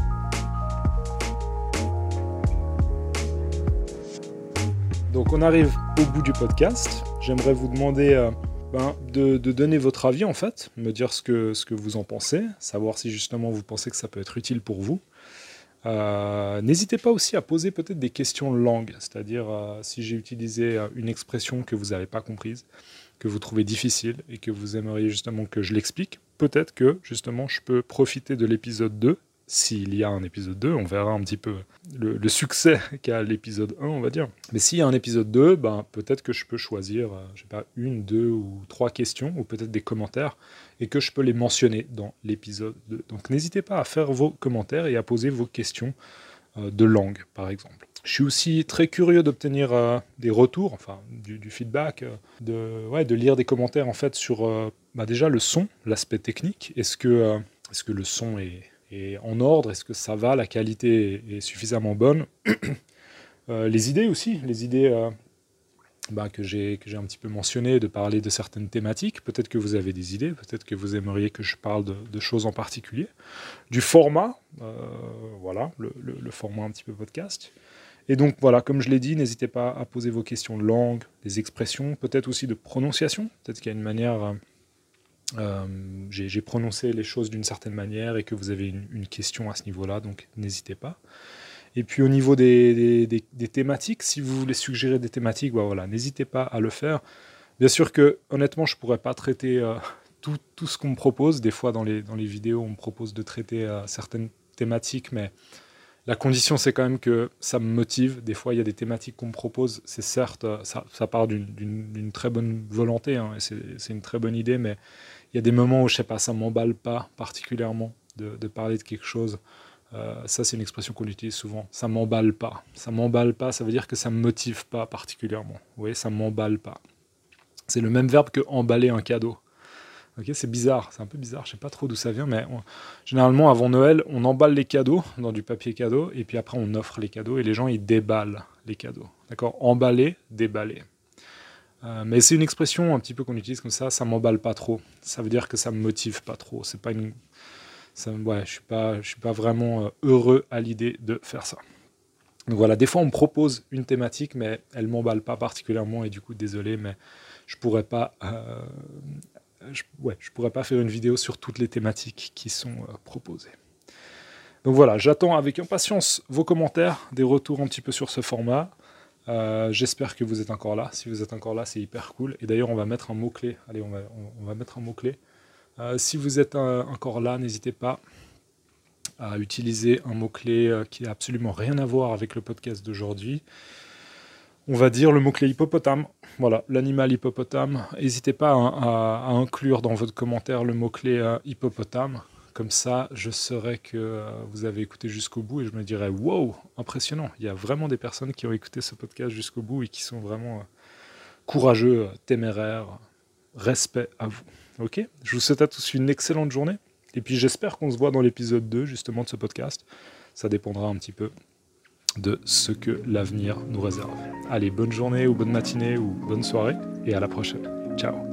Donc on arrive au bout du podcast. J'aimerais vous demander euh, ben, de, de donner votre avis en fait, me dire ce que, ce que vous en pensez, savoir si justement vous pensez que ça peut être utile pour vous. Euh, n'hésitez pas aussi à poser peut-être des questions de langue, c'est-à-dire euh, si j'ai utilisé une expression que vous n'avez pas comprise, que vous trouvez difficile et que vous aimeriez justement que je l'explique, peut-être que justement je peux profiter de l'épisode deux. S'il y a un épisode deux, on verra un petit peu le, le succès qu'a l'épisode un, on va dire. Mais s'il y a un épisode deux, ben, peut-être que je peux choisir, euh, je sais pas, une, deux ou trois questions, ou peut-être des commentaires, et que je peux les mentionner dans l'épisode deux. Donc n'hésitez pas à faire vos commentaires et à poser vos questions euh, de langue, par exemple. Je suis aussi très curieux d'obtenir euh, des retours, enfin du, du feedback, euh, de, ouais, de lire des commentaires en fait sur euh, bah, déjà le son, l'aspect technique. Est-ce que, euh, est-ce que le son est... Et en ordre, est-ce que ça va, la qualité est suffisamment bonne euh, Les idées aussi, les idées euh, bah, que, j'ai, que j'ai un petit peu mentionnées, de parler de certaines thématiques, peut-être que vous avez des idées, peut-être que vous aimeriez que je parle de, de choses en particulier. Du format, euh, voilà, le, le, le format un petit peu podcast. Et donc voilà, comme je l'ai dit, n'hésitez pas à poser vos questions de langue, des expressions, peut-être aussi de prononciation, peut-être qu'il y a une manière... Euh, euh, j'ai, j'ai prononcé les choses d'une certaine manière et que vous avez une, une question à ce niveau-là, donc n'hésitez pas. Et puis au niveau des, des, des, des thématiques, si vous voulez suggérer des thématiques, bah voilà, n'hésitez pas à le faire. Bien sûr que, honnêtement, je ne pourrais pas traiter euh, tout, tout ce qu'on me propose. Des fois, dans les, dans les vidéos, on me propose de traiter euh, certaines thématiques, mais la condition, c'est quand même que ça me motive. Des fois, il y a des thématiques qu'on me propose. C'est certes, euh, ça, ça part d'une, d'une, d'une très bonne volonté, hein, et c'est, c'est une très bonne idée, mais il y a des moments où, je sais pas, ça ne m'emballe pas particulièrement de, de parler de quelque chose. Euh, ça, c'est une expression qu'on utilise souvent. Ça m'emballe pas. Ça m'emballe pas, ça veut dire que ça me motive pas particulièrement. Vous voyez, ça m'emballe pas. C'est le même verbe que emballer un cadeau. Okay, c'est bizarre, c'est un peu bizarre, je sais pas trop d'où ça vient, mais on, généralement avant Noël, on emballe les cadeaux dans du papier cadeau, et puis après on offre les cadeaux, et les gens ils déballent les cadeaux. D'accord ? Emballer, déballer. Euh, mais c'est une expression un petit peu qu'on utilise comme ça, ça m'emballe pas trop. Ça veut dire que ça me motive pas trop. C'est pas une, ça, ouais, je suis pas, je suis pas vraiment heureux à l'idée de faire ça. Donc voilà, des fois on me propose une thématique, mais elle m'emballe pas particulièrement, et du coup désolé, mais je pourrais pas. Euh, Je, ouais, je pourrais pas faire une vidéo sur toutes les thématiques qui sont euh, proposées. Donc voilà, j'attends avec impatience vos commentaires, des retours un petit peu sur ce format. Euh, j'espère que vous êtes encore là. Si vous êtes encore là, c'est hyper cool. Et d'ailleurs, on va mettre un mot-clé. Allez, on va, on, on va mettre un mot-clé. Euh, si vous êtes euh, encore là, n'hésitez pas à utiliser un mot-clé euh, qui n'a absolument rien à voir avec le podcast d'aujourd'hui. On va dire le mot-clé hippopotame. Voilà, l'animal hippopotame. N'hésitez pas à, à, à inclure dans votre commentaire le mot-clé euh, hippopotame. Comme ça, je saurai que euh, vous avez écouté jusqu'au bout et je me dirais « Wow, impressionnant !» Il y a vraiment des personnes qui ont écouté ce podcast jusqu'au bout et qui sont vraiment euh, courageux, euh, téméraires. Respect à vous. Ok ? Je vous souhaite à tous une excellente journée. Et puis j'espère qu'on se voit dans l'épisode deux justement de ce podcast. Ça dépendra un petit peu de ce que l'avenir nous réserve. Allez, bonne journée ou bonne matinée ou bonne soirée et à la prochaine. Ciao.